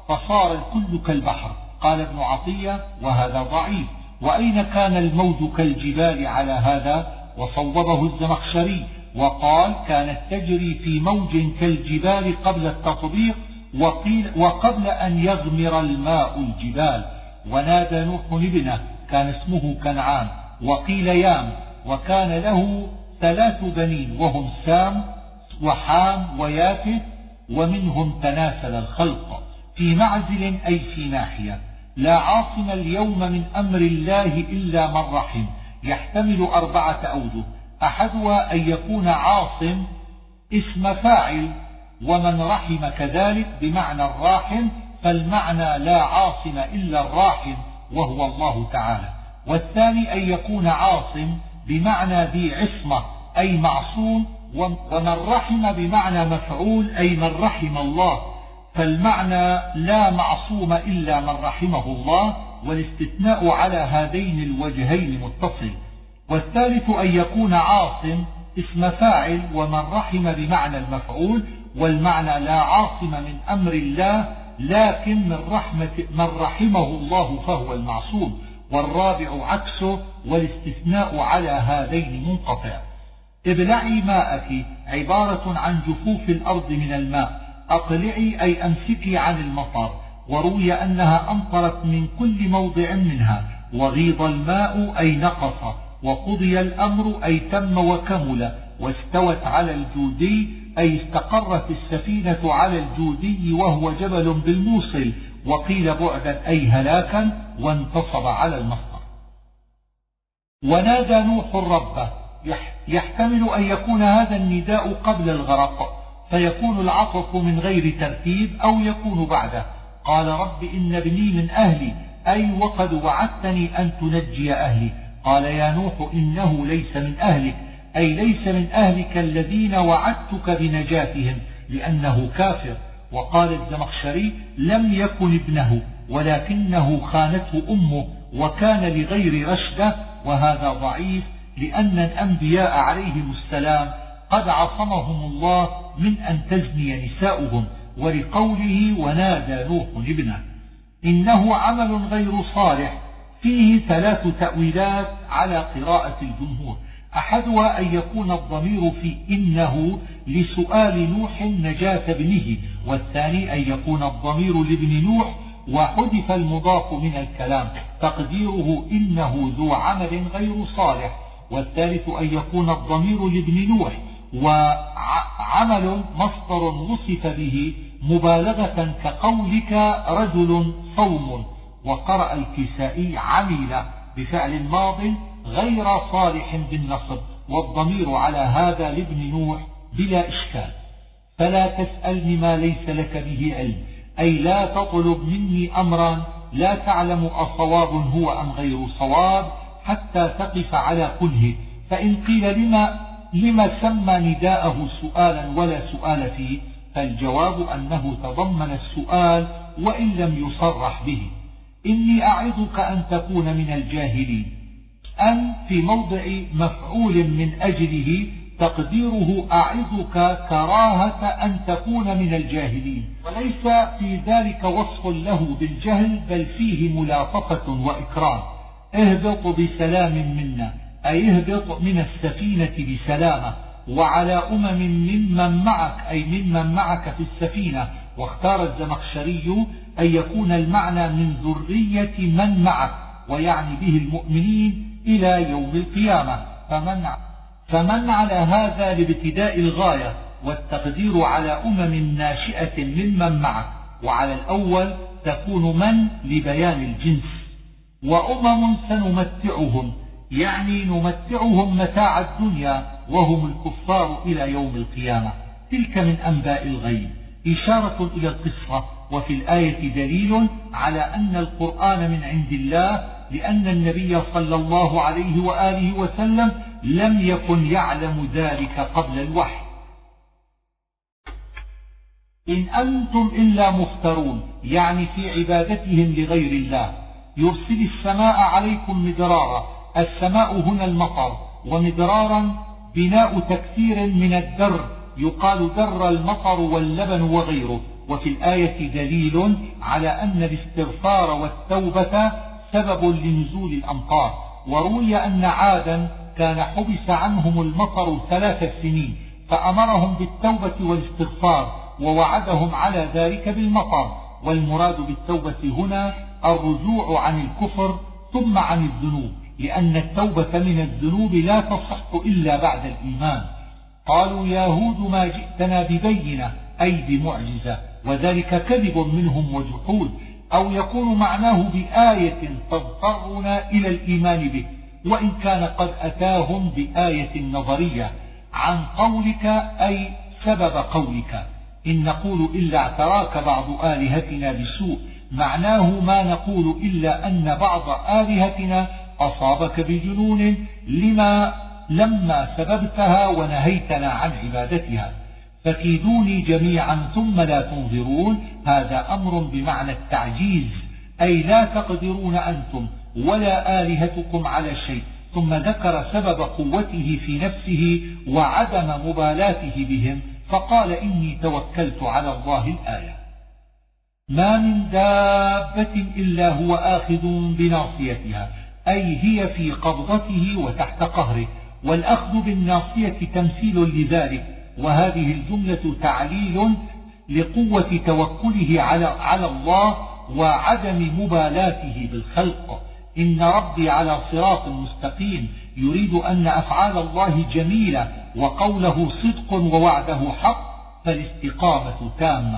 فصار الكل كالبحر. قال ابن عطية: وهذا ضعيف. وأين كان الموج كالجبال على هذا؟ وصوبه الزمخشري وقال: كانت تجري في موج كالجبال قبل التطبيق، وقبل أن يغمر الماء الجبال. ونادى نوح ابنه، كان اسمه كنعان، وقيل يام، وكان له 3 بنين وهم سام وحام ويافث، ومنهم تناسل الخلق في معزل أي في ناحية. لا عاصم اليوم من أمر الله إلا من رحم، يحتمل 4 أوجه. أحدها أن يكون عاصم اسم فاعل، ومن رحم كذلك بمعنى الراحم، فالمعنى لا عاصم إلا الراحم وهو الله تعالى. والثاني أن يكون عاصم بمعنى ذي عصمة أي معصوم، ومن رحم بمعنى مفعول أي من رحم الله، فالمعنى لا معصوم إلا من رحمه الله، والاستثناء على هذين الوجهين متصل. والثالث أن يكون عاصم اسم فاعل، ومن رحم بمعنى المفعول، والمعنى لا عاصم من أمر الله، لكن من رحمه الله فهو المعصوم. والرابع عكسه، والاستثناء على هذين منقطع. ابلعي ماءك عبارة عن جفوف الأرض من الماء، أقلعي أي أمسكي عن المطر. وروي أنها أمطرت من كل موضع منها. وغيض الماء أي نقص، وقضي الأمر أي تم وكمل. واستوت على الجودي أي استقرت السفينة على الجودي وهو جبل بالموصل، وقيل بعدا أي هلاكا، وانتصب على المصدر. ونادى نوح ربه، يحتمل أن يكون هذا النداء قبل الغرق، فيكون العطف من غير ترتيب، أو يكون بعده. قال: رب إن ابني من أهلي، أي وقد وعدتني أن تنجي أهلي. قال: يا نوح إنه ليس من أهلك، أي ليس من أهلك الذين وعدتك بنجاتهم، لأنه كافر. وقال الزمخشري: لم يكن ابنه، ولكنه خانته أمه، وكان لغير رشده. وهذا ضعيف، لأن الأنبياء عليهم السلام قد عصمهم الله من أن تزني نساؤهم، ولقوله: ونادى نوح ابنه. إنه عمل غير صالح، فيه 3 تأويلات على قراءة الجمهور. أحدها أن يكون الضمير في إنه لسؤال نوح نجاة ابنه، والثاني أن يكون الضمير لابن نوح وحذف المضاف من الكلام، تقديره إنه ذو عمل غير صالح. والثالث أن يكون الضمير لابن نوح، وعمل مصدر وصف به مبالغة، كقولك رجل صوم. وقرأ الكسائي عمل بفعل ماض غير صالح بالنصب، والضمير على هذا لابن نوح بلا إشكال. فلا تسألني ما ليس لك به علم، أي لا تطلب مني أمرا لا تعلم أصواب هو أم غير صواب، حتى تقف على كله. فإن قيل لما سمى نداءه سؤالا ولا سؤال فيه، فالجواب أنه تضمن السؤال وإن لم يصرح به. إني أعظك أن تكون من الجاهلين، أن في موضع مفعول من أجله، تقديره أعظك كراهة أن تكون من الجاهلين، وليس في ذلك وصف له بالجهل، بل فيه ملاطفة وإكرام. اهبط بسلام منا، أي اهبط من السفينة بسلامة، وعلى ممن معك، أي ممن معك في السفينة. واختار الزمخشري أن يكون المعنى من ذرية من معك، ويعني به المؤمنين إلى يوم القيامة. فمن على هذا لابتداء الغاية، والتقدير على ناشئة ممن معك. وعلى الأول تكون من لبيان الجنس. سنمتعهم، يعني نمتعهم متاع الدنيا، وهم الكفار إلى يوم القيامة. تلك من أنباء الغيب، إشارة إلى القصة. وفي الآية دليل على أن القرآن من عند الله، لأن النبي صلى الله عليه وآله وسلم لم يكن يعلم ذلك قبل الوحي. إن أنتم إلا مفترون، يعني في عبادتهم لغير الله. يرسل السماء عليكم مدرارا، السماء هنا المطر، ومدرارا بناء تكثير من الدر، يقال در المطر واللبن وغيره. وفي الآية دليل على أن الاستغفار والتوبة سبب لنزول الأمطار. وروي أن عادا كان حبس عنهم المطر 3 سنين فأمرهم بالتوبة والاستغفار ووعدهم على ذلك بالمطر. والمراد بالتوبة هنا الرجوع عن الكفر ثم عن الذنوب، لأن التوبة من الذنوب لا تصح إلا بعد الإيمان. قالوا يا هود ما جئتنا ببينة أي بمعجزة، وذلك كذب منهم وجحود، أو يكون معناه بآية تضطرنا إلى الإيمان به، وإن كان قد أتاهم بآية نظرية عن قولك أي سبب قولك إن نقول إلا اعتراك بعض آلهتنا بسوء، معناه ما نقول إلا أن بعض آلهتنا أصابك بجنون لما سببتها ونهيتنا عن عبادتها، فكيدوني جميعا ثم لا تنظرون. هذا أمر بمعنى التعجيز، أي لا تقدرون أنتم ولا آلهتكم على شيء. ثم ذكر سبب قوته في نفسه وعدم مبالاته بهم، فقال إني توكلت على الله الآية. ما من دابة إلا هو آخذ بناصيتها، أي هي في قبضته وتحت قهره، والأخذ بالناصية تمثيل لذلك. وهذه الجملة تعليل لقوة توكله على الله وعدم مبالاته بالخلق. إن ربي على صراط مستقيم يريد أن أفعال الله جميلة وقوله صدق ووعده حق، فالاستقامة تامة.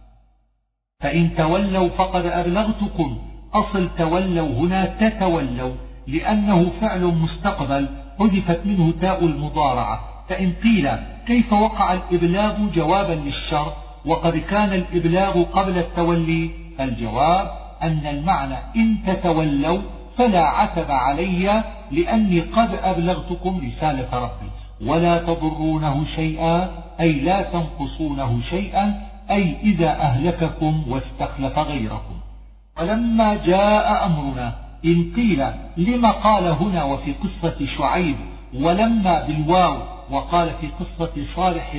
فإن تولوا فقد أبلغتكم، أصل تولوا هنا تتولوا، لأنه فعل مستقبل حذفت منه تاء المضارعة. فإن قيل كيف وقع الإبلاغ جوابا للشرط وقد كان الإبلاغ قبل التولي، فالجواب أن المعنى إن تتولوا فلا عتب علي، لأني قد أبلغتكم رسالة ربي، ولا تضرونه شيئا أي لا تنقصونه شيئا، أي إذا أهلككم واستخلف غيركم. ولما جاء أمرنا، إن قيل لما قال هنا وفي قصة شعيب ولما بالواو، وقال في قصة صالح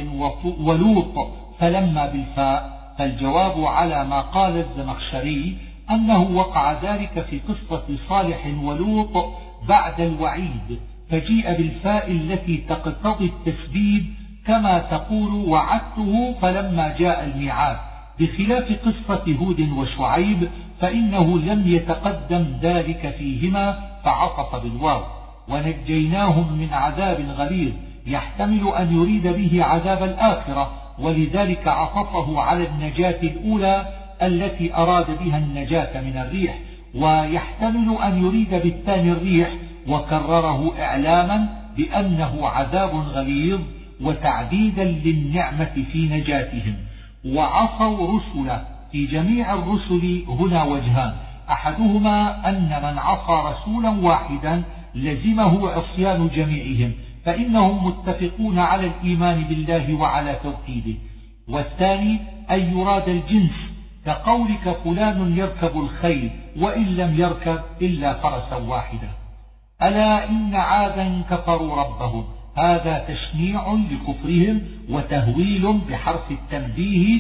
ولوط فلما بالفاء، فالجواب على ما قال الزمخشري أنه وقع ذلك في قصة صالح ولوط بعد الوعيد، فجيء بالفاء التي تقتضي التسديد كما تقول وعدته فلما جاء الميعاد، بخلاف قصة هود وشعيب فإنه لم يتقدم ذلك فيهما فعطف بالواو. ونجيناهم من عذاب غليظ، يحتمل أن يريد به عذاب الآخرة، ولذلك عطفه على النجاة الأولى التي أراد بها النجاة من الريح، ويحتمل أن يريد بالثاني الريح، وكرره إعلاما بأنه عذاب غليظ وتعديدا للنعمة في نجاتهم. وعصوا رسله، في جميع الرسل هنا وجهان، أحدهما أن من عصى رسولا واحدا لزمه عصيان جميعهم، فإنهم متفقون على الإيمان بالله وعلى توحيده. والثاني أن يراد الجنس، كقولك فلان يركب الخيل وإن لم يركب إلا فرسا واحدا. ألا إن عادا كفروا ربهم، هذا تشنيع لكفرهم وتهويل بحرف التنبيه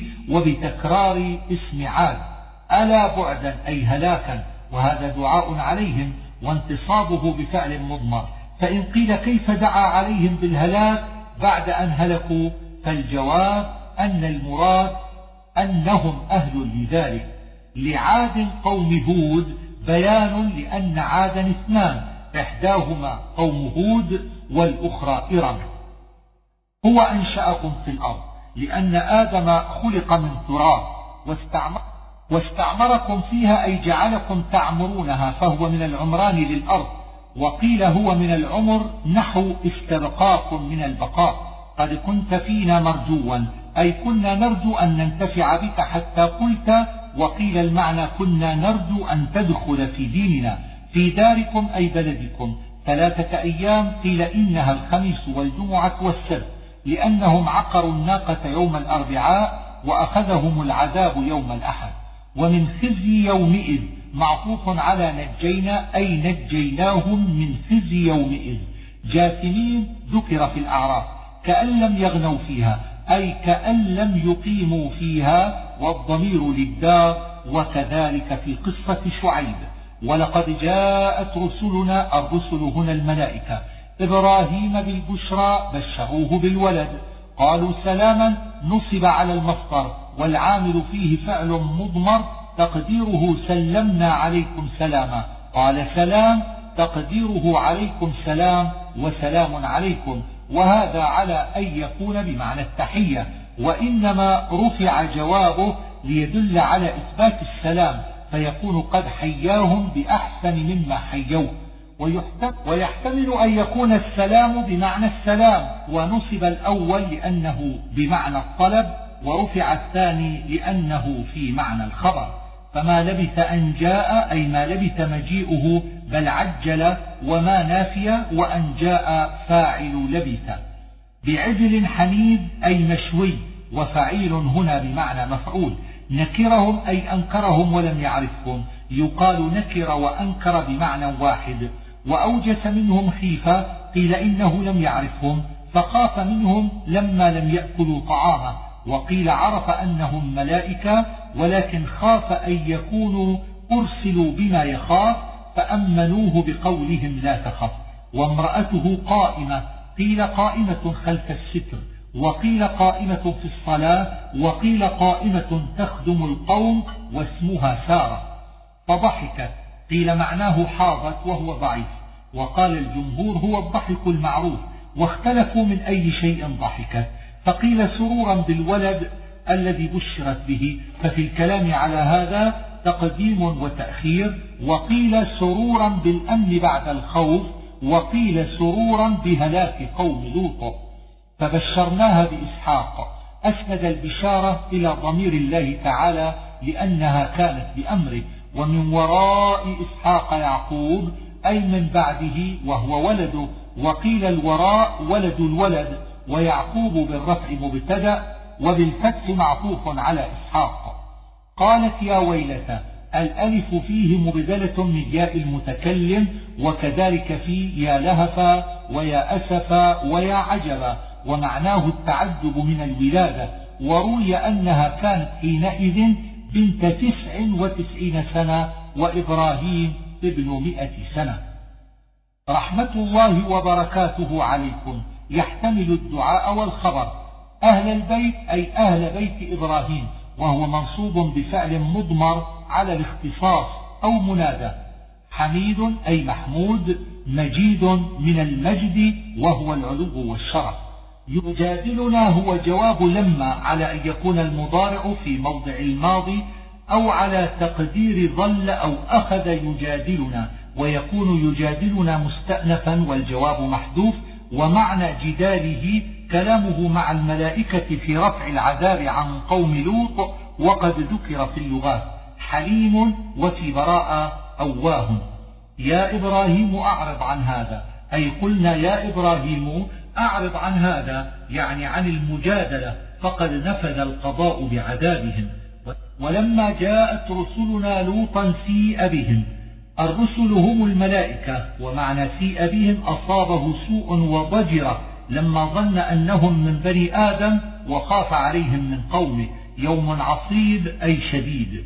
وبتكرار اسم عاد. ألا بعدا أي هلاكا، وهذا دعاء عليهم وانتصابه بفعل مضمر. فإن قيل كيف دعا عليهم بالهلاك بعد أن هلكوا، فالجواب أن المراد أنهم أهل لذلك. لعاد قوم هود بيان لأن عادا اثنان، إحداهما قوم هود والأخرى إرم. هو أنشأكم في الأرض، لأن آدم خلق من تراب، واستعمركم فيها أي جعلكم تعمرونها، فهو من العمران للأرض. وقيل هو من العمر نحو استبقاكم من البقاء، قد كنت فينا مرجوا، أي كنا نرجو أن ننتفع بك حتى قلت. وقيل المعنى كنا نرجو أن تدخل في ديننا، في داركم أي بلدكم 3 أيام، قيل إنها الخميس والجمعة والسبت، لأنهم عقروا الناقة يوم الأربعاء وأخذهم العذاب يوم الأحد. ومن خزي يومئذ معطوف على نجينا، أي نجيناهم من خزي يومئذ. جاثمين ذكر في الأعراف، كأن لم يغنوا فيها، أي كأن لم يقيموا فيها، والضمير للدار، وكذلك في قصة شعيب. ولقد جاءت رسلنا، الرسل هنا الملائكة، إبراهيم بالبشرى بشروه بالولد، قالوا سلاما نصب على المصدر، والعامل فيه فعل مضمر تقديره سلمنا عليكم سلاما، قال سلام تقديره عليكم سلام وسلام عليكم، وهذا على أن يكون بمعنى التحية، وإنما رفع جوابه ليدل على إثبات السلام، فيكون قد حياهم بأحسن مما حيوه. ويحتمل أن يكون السلام بمعنى السلام، ونصب الأول لأنه بمعنى الطلب، ورفع الثاني لأنه في معنى الخبر. فما لبث أن جاء أي ما لبث مجيئه، بل عجل، وما نافية، وأن جاء فاعل لبث. بعجل حنيذ أي مشوي، وفعيل هنا بمعنى مفعول. نكرهم أي أنكرهم ولم يعرفهم، يقال نكر وأنكر بمعنى واحد. وأوجس منهم خيفة، قيل إنه لم يعرفهم فخاف منهم لما لم يأكلوا طعامه، وقيل عرف أنهم ملائكة ولكن خاف أن يكونوا أرسلوا بما يخاف فأمنوه بقولهم لا تخف. وامرأته قائمة، قيل قائمة خلف الستر، وقيل قائمة في الصلاة، وقيل قائمة تخدم القوم، واسمها سارة. فضحكت، قيل معناه حاضت وهو ضعيف، وقال الجمهور هو الضحك المعروف، واختلفوا من أي شيء ضحكت، فقيل سرورا بالولد الذي بشرت به، ففي الكلام على هذا تقديم وتأخير. وقيل سرورا بالأمن بعد الخوف، وقيل سرورا بهلاك قوم لوط. فبشرناها بإسحاق، أسند البشارة إلى ضمير الله تعالى لأنها كانت بأمره. ومن وراء إسحاق يعقوب أي من بعده وهو ولده، وقيل الوراء ولد الولد، ويعقوب بالرفع مبتدأ وبالفتح معطوف على إسحاق. قالت يا ويلتى، الألف فيه مبدلة من ياء المتكلم، وكذلك في يا لهفا ويا أسفا ويا عجبا، ومعناه التعجب من الولادة. وروي أنها كانت حينئذ بنت 99 سنة، وإبراهيم ابن 100 سنة. رحمة الله وبركاته عليكم يحتمل الدعاء والخبر. أهل البيت أي أهل بيت إبراهيم، وهو منصوب بفعل مضمر على الاختصاص أو منادى. حميد أي محمود، مجيد من المجد وهو العلو والشرف. يجادلنا هو جواب لما على أن يكون المضارع في موضع الماضي، أو على تقدير ظل أو أخذ يجادلنا، ويكون يجادلنا مستأنفا والجواب محذوف. ومعنى جداله كلامه مع الملائكة في رفع العذاب عن قوم لوط، وقد ذكر في اللغات حليم، وفي براءة أواه. يا إبراهيم أعرض عن هذا، أي قلنا يا إبراهيم أعرض عن هذا، يعني عن المجادلة، فقد نفذ القضاء بعذابهم. ولما جاءت رسلنا لوطا سيء بهم. الرسل هم الملائكة، ومعنى سيء بهم أصابه سوء وضجر لما ظن أنهم من بني آدم، وخاف عليهم من قومه. يوم عصيب أي شديد.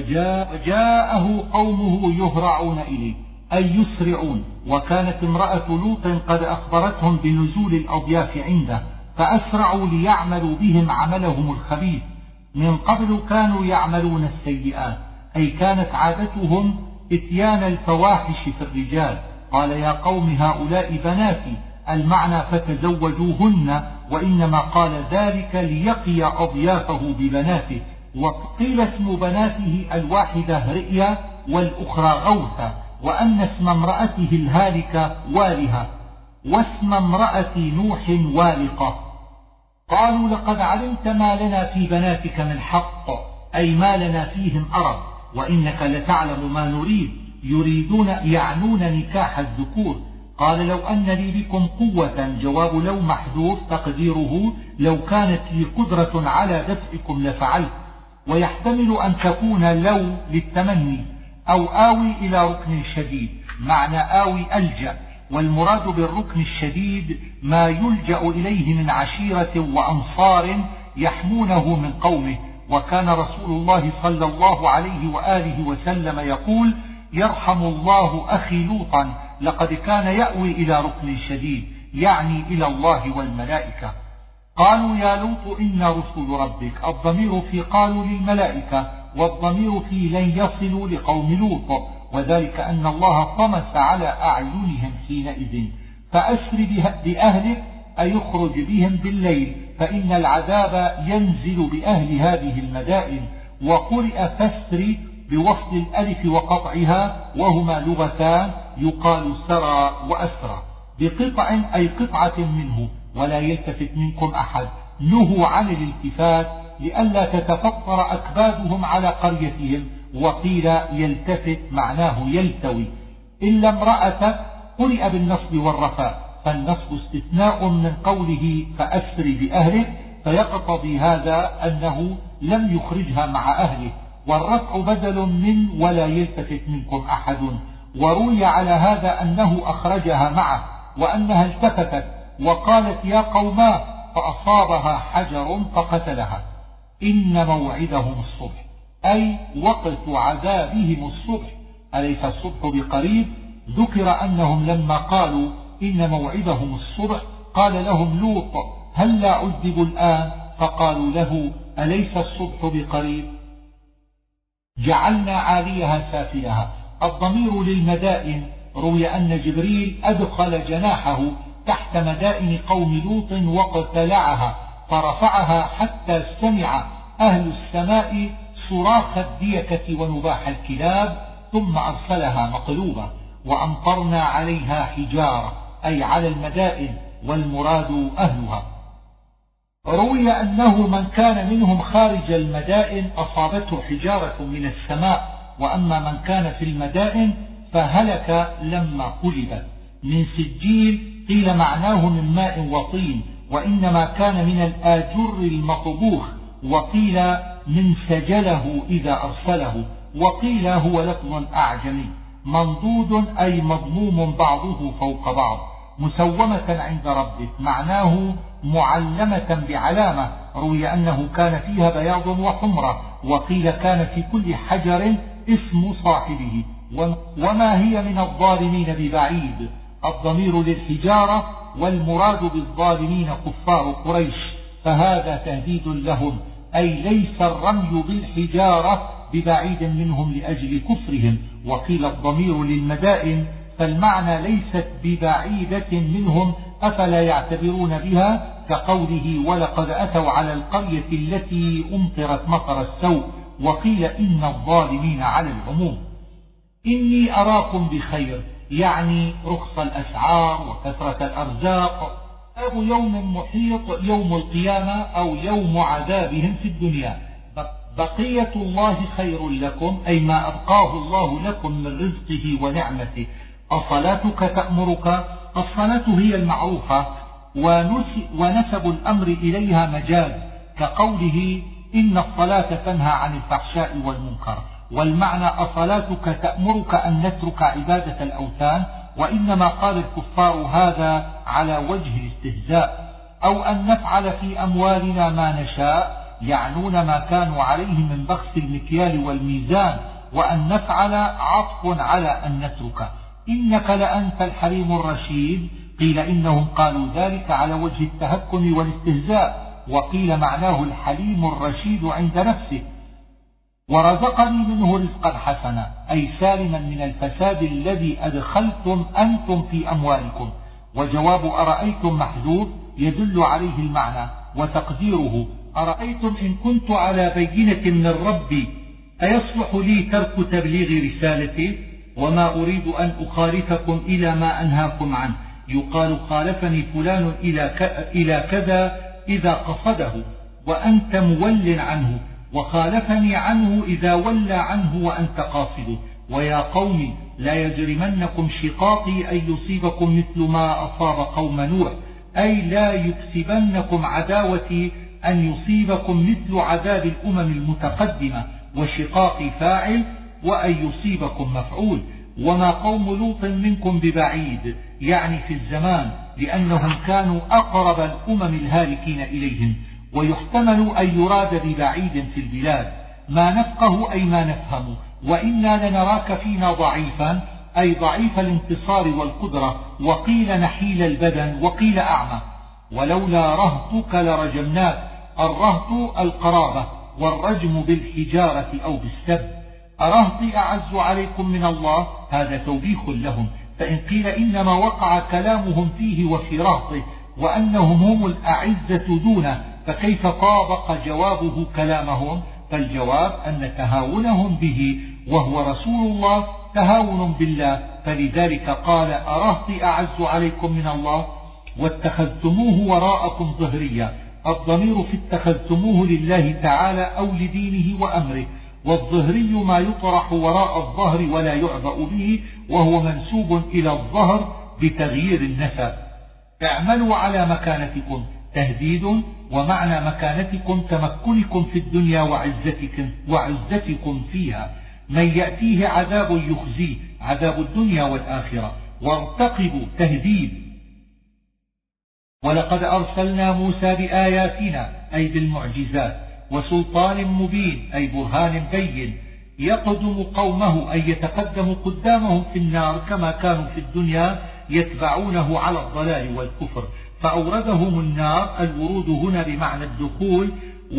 وجاءه قومه يهرعون إليه أي يسرعون. وكانت امرأة لوط قد أخبرتهم بنزول الأضياف عنده، فأسرعوا ليعملوا بهم عملهم الخبيث. من قبل كانوا يعملون السيئات، أي كانت عادتهم إتيان الفواحش في الرجال. قال يا قوم هؤلاء بناتي، المعنى فتزوجوهن، وإنما قال ذلك ليقي أضيافه ببناته. وقيل اسم بناته الواحدة رئيا والأخرى غوثة، وأن اسم امرأته الهالكة والهة، واسم امرأة نوح والقة. قالوا لقد علمت ما لنا في بناتك من حق، أي ما لنا فيهم أرب، وإنك لتعلم ما نريد. يريدون يعنون نكاح الذكور. قال لو أن لي بكم قوة، جواب لو محذوف تقديره لو كانت لي قدرة على دفعكم لفعلت. ويحتمل أن تكون لو للتمني، أو آوي إلى ركن شديد، معنى آوي ألجأ. والمراد بالركن الشديد ما يلجأ إليه من عشيرة وأنصار يحمونه من قومه، وكان رسول الله صلى الله عليه وآله وسلم يقول: يرحم الله أخي لوطا لقد كان يأوي إلى ركن شديد، يعني إلى الله والملائكة. قالوا: يا لوط إنا رسل ربك. الضمير في قالوا للملائكة، والضمير في لن يصلوا لقوم لوط، وذلك أن الله طمس على أعينهم حينئذ. فأسر بأهلك أي يخرج بهم بالليل، فإن العذاب ينزل بأهل هذه المدائن. وقرئ فاسر بوصل الألف وقطعها، وهما لغتان يقال سرى وأسرى. بقطع أي قطعة منه، ولا يلتفت منكم أحد. نهوا عن الالتفات لئلا تتفطر أكبادهم على قريتهم، وقيل يلتفت معناه يلتوي. إلا امرأتك قرئ بالنصب والرفاء، فالنصب استثناء من قوله فأسر بأهلك، فيقتضي هذا أنه لم يخرجها مع أهله، والرفع بدل من ولا يلتفت منكم أحد. وروي على هذا أنه أخرجها معه، وأنها التفتت وقالت: يا قوما، فأصابها حجر فقتلها. إن موعدهم الصبح، أي وقت عذابهم الصبح، أليس الصبح بقريب؟ ذكر أنهم لما قالوا إن موعدهم الصبح قال لهم لوط: هل لا عذبوا الآن؟ فقالوا له: أليس الصبح بقريب؟ جعلنا عاليها سافلها. الضمير للمدائن. روي أن جبريل أدخل جناحه تحت مدائن قوم لوط واقتلعها، فرفعها حتى سمع أهل السماء صراخ الديكة ونباح الكلاب، ثم أرسلها مقلوبة. وأمطرنا عليها حجارة، أي على المدائن، والمراد أهلها. روي أنه من كان منهم خارج المدائن أصابته حجارة من السماء، وأما من كان في المدائن فهلك لما قلبت. من سجيل قيل معناه من ماء وطين، وإنما كان من الآجر المطبوخ، وقيل من سجله إذا أرسله، وقيل هو لفظ أعجمي. منضود أي مضموم بعضه فوق بعض. مسومة عند ربك معناه معلمة بعلامة. روي أنه كان فيها بياض وحمرة، وقيل كان في كل حجر اسم صاحبه. وما هي من الظالمين ببعيد. الضمير للحجارة، والمراد بالظالمين كفار قريش، فهذا تهديد لهم، أي ليس الرمي بالحجارة ببعيد منهم لأجل كفرهم. وقيل الضمير للمدائن، فالمعنى ليست ببعيدة منهم، أفلا يعتبرون بها، كقوله: ولقد أتوا على القرية التي أمطرت مطر السوء. وقيل إن الظالمين على العموم. إني أراكم بخير، يعني رخص الأسعار وكثرة الأرزاق. أو يوم محيط، يوم القيامة أو يوم عذابهم في الدنيا. بقية الله خير لكم، أي ما أبقاه الله لكم من رزقه ونعمته. أصلاتك تأمرك، الصلاة هي المعروفة، ونسب الأمر إليها مجاز، كقوله: إن الصلاة تنهى عن الفحشاء والمنكر. والمعنى أصلاتك تأمرك أن نترك عبادة الأوثان، وإنما قال الكفار هذا على وجه الاستهزاء. أو أن نفعل في أموالنا ما نشاء، يعنون ما كانوا عليه من بخس المكيال والميزان. وأن نفعل عطف على أن نترك. إنك لأنت الحليم الرشيد، قيل إنهم قالوا ذلك على وجه التهكم والاستهزاء، وقيل معناه الحليم الرشيد عند نفسه. ورزقني منه رزقا حسنا، أي سالما من الفساد الذي أدخلتم أنتم في أموالكم. وجواب أرأيتم محذوف يدل عليه المعنى، وتقديره: أرأيتم إن كنت على بينة من ربي أيصلح لي ترك تبليغ رسالته، وما أريد أن أخالفكم إلى ما أنهاكم عنه. يقال: خالفني فلان إلى كذا إذا قصده وأنت مول عنه، وخالفني عنه إذا ولى عنه وأنت قاصده. ويا قوم لا يجرمنكم شقاقي أن يصيبكم مثل ما أصاب قوم نوح، أي لا يكسبنكم عداوتي أن يصيبكم مثل عذاب الأمم المتقدمة. وشقاقي فاعل، وأن يصيبكم مفعول. وما قوم لوط منكم ببعيد، يعني في الزمان، لأنهم كانوا أقرب الأمم الهالكين إليهم. ويحتمل أن يراد ببعيد في البلاد ما نفقه أي ما نفهم، وإنا لنراك فينا ضعيفا أي ضعيف الانتصار والقدرة، وقيل نحيل البدن وقيل أعمى. ولولا رهطك لرجمناك. الرهط القرابة، والرجم بالحجارة أو بالسب. أرهطي أعز عليكم من الله، هذا توبيخ لهم. فإن قيل إنما وقع كلامهم فيه وفي رهطه وأنهم هم الأعزة دونه، فكيف طابق جوابه كلامهم؟ فالجواب أن تهاونهم به وهو رسول الله تهاون بالله، فلذلك قال أرهطي أعز عليكم من الله. واتخذتموه وراءكم ظهريا. الضمير في اتخذتموه لله تعالى أو لدينه وأمره، والظهري ما يطرح وراء الظهر ولا يعبأ به، وهو منسوب إلى الظهر بتغيير النسب. اعملوا على مكانتكم تهديد، ومعنى مكانتكم تمكنكم في الدنيا وعزتكم فيها. من يأتيه عذاب يخزيه، عذاب الدنيا والآخرة. وارتقبوا تهديد. ولقد أرسلنا موسى بآياتنا أي بالمعجزات وسلطان مبين أي برهان بين، يقدم قومه أي يتقدم قدامهم في النار كما كانوا في الدنيا يتبعونه على الضلال والكفر، فأوردهم النار. الورود هنا بمعنى الدخول،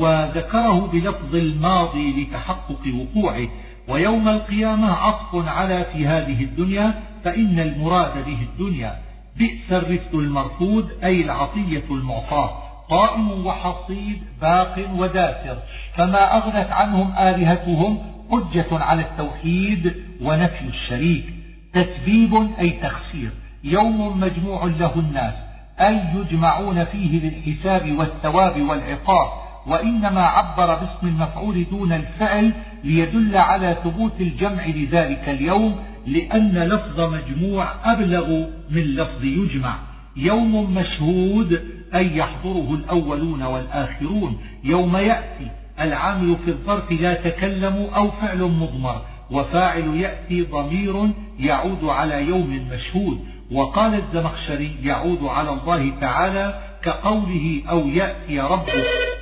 وذكره بلفظ الماضي لتحقق وقوعه. ويوم القيامة عطف على في هذه الدنيا، فإن المراد به الدنيا. بئس الرفد المرفود أي العطية المعطاة، قائم وحصيد باق ودافر، فما أغنت عنهم آلهتهم، حجة على التوحيد ونفي الشريك. تسبيب أي تخسير. يوم مجموع له الناس أي يجمعون فيه للحساب والثواب والعقاب، وإنما عبر باسم المفعول دون الفعل ليدل على ثبوت الجمع لذلك اليوم، لأن لفظ مجموع أبلغ من لفظ يجمع. يوم مشهود أي يحضره الأولون والآخرون. يوم يأتي العامل في الظرف لا تكلم أو فعل مضمر، وفاعل يأتي ضمير يعود على يوم مشهود. وقال الزمخشري يعود على الله تعالى كقوله أو يأتي ربه،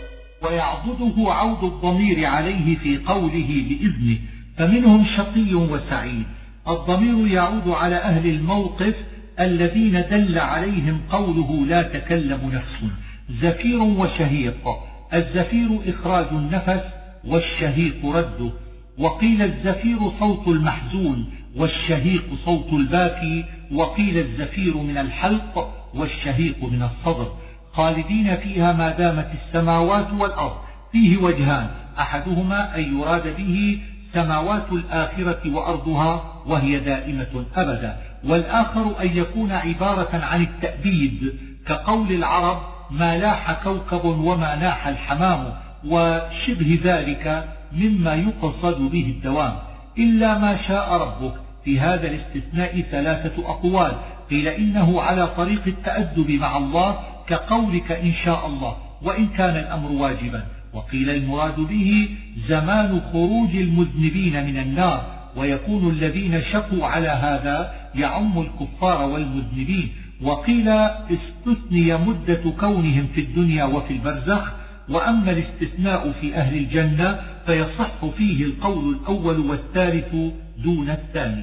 ويعضده عود الضمير عليه في قوله بإذنه، فمنهم شقي وسعيد. الضمير يعود على أهل الموقف الذين دل عليهم قوله لا تكلم نفس. زفير وشهيق. الزفير إخراج النفس، والشهيق رده. وقيل الزفير صوت المحزون، والشهيق صوت الباكي. وقيل الزفير من الحلق، والشهيق من الصدر. خالدين فيها ما دامت السماوات والأرض. فيه وجهان، أحدهما أن يراد به سماوات الآخرة وأرضها وهي دائمة أبدا، والآخر أن يكون عبارة عن التأبيد، كقول العرب ما لاح كوكب وما ناح الحمام، وشبه ذلك مما يقصد به الدوام. إلا ما شاء ربك. في هذا الاستثناء ثلاثة أقوال، قيل إنه على طريق التأدب مع الله كقولك إن شاء الله وإن كان الأمر واجبا. وقيل المراد به زمان خروج المذنبين من النار، ويكون الذين شقوا على هذا يعم الكفار والمذنبين. وقيل استثني مدة كونهم في الدنيا وفي البرزخ. وأما الاستثناء في أهل الجنة فيصح فيه القول الأول والثالث دون الثاني.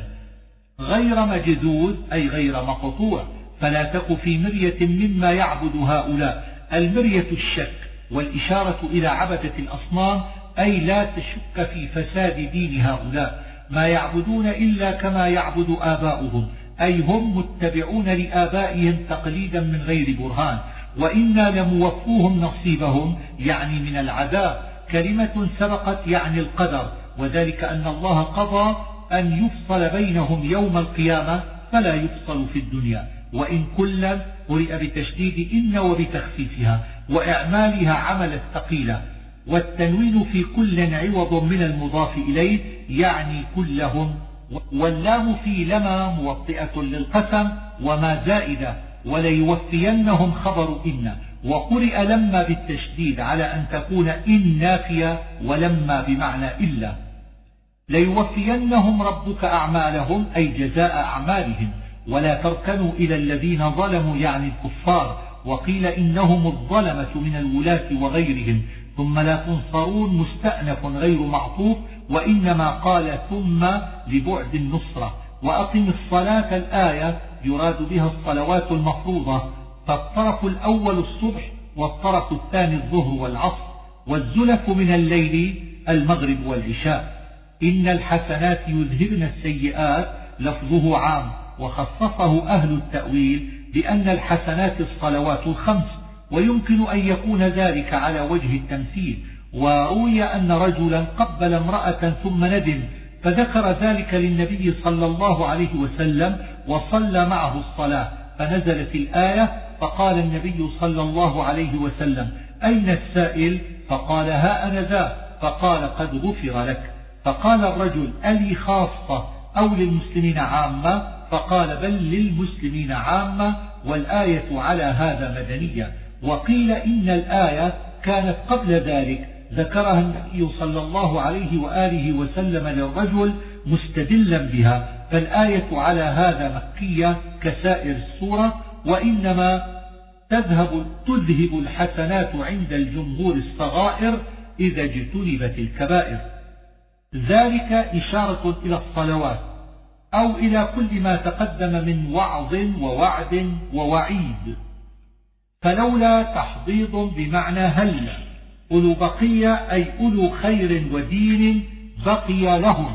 غير مجذوذ أي غير مقطوع، فلا تك في مرية مما يعبد هؤلاء. المرية الشك، والإشارة إلى عبدة الأصنام، أي لا تشك في فساد دين هؤلاء. ما يعبدون إلا كما يعبد آباؤهم، أي هم متبعون لآبائهم تقليدا من غير برهان. وإنا لموفوهم نصيبهم يعني من العذاب. كلمة سبقت يعني القدر، وذلك أن الله قضى أن يفصل بينهم يوم القيامة فلا يفصل في الدنيا. وإن كلا قرئ بتشديد إن وبتخفيفها وإعمالها عمل الثقيلة، والتنوين في كل عوض من المضاف إليه يعني كلهم. واللام في لما موطئة للقسم وما زائدة، وليوفينهم خبر إن. وقرئ لما بالتشديد على أن تكون إن نافية ولما بمعنى إلا. ليوفينهم ربك أعمالهم أي جزاء أعمالهم. ولا تركنوا إلى الذين ظلموا يعني الكفار، وقيل إنهم الظلمة من الولاة وغيرهم. ثم لا تنصرون مستأنف غير معطوف، وإنما قال ثم لبعد النصرة. وأقم الصلاة الآية يراد بها الصلوات المفروضة، فالطرف الأول الصبح والطرف الثاني الظهر والعصر، والزلف من الليل المغرب والعشاء. إن الحسنات يذهبن السيئات لفظه عام، وخصصه أهل التأويل بأن الحسنات الصلوات الخمس، ويمكن أن يكون ذلك على وجه التمثيل. وروي أن رجلا قبل امرأة ثم ندم، فذكر ذلك للنبي صلى الله عليه وسلم وصلى معه الصلاة، فنزلت الآية، فقال النبي صلى الله عليه وسلم: أين السائل؟ فقال: ها أنا ذا. فقال: قد غفر لك. فقال الرجل: ألي خاصة أو للمسلمين عامة؟ فقال: بل للمسلمين عامة، والآية على هذا مدنية. وقيل إن الآية كانت قبل ذلك، ذكرها النبي صلى الله عليه وآله وسلم للرجل مستدلا بها، فالآية على هذا مكية كسائر السورة، وإنما تذهب الحسنات عند الجمهور الصغائر إذا اجتنبت الكبائر. ذلك إشارة إلى الصلوات أو إلى كل ما تقدم من وعظ ووعد ووعيد. فلولا تحضيض بمعنى هل، أولو بقية أي أولو خير ودين بقي لهم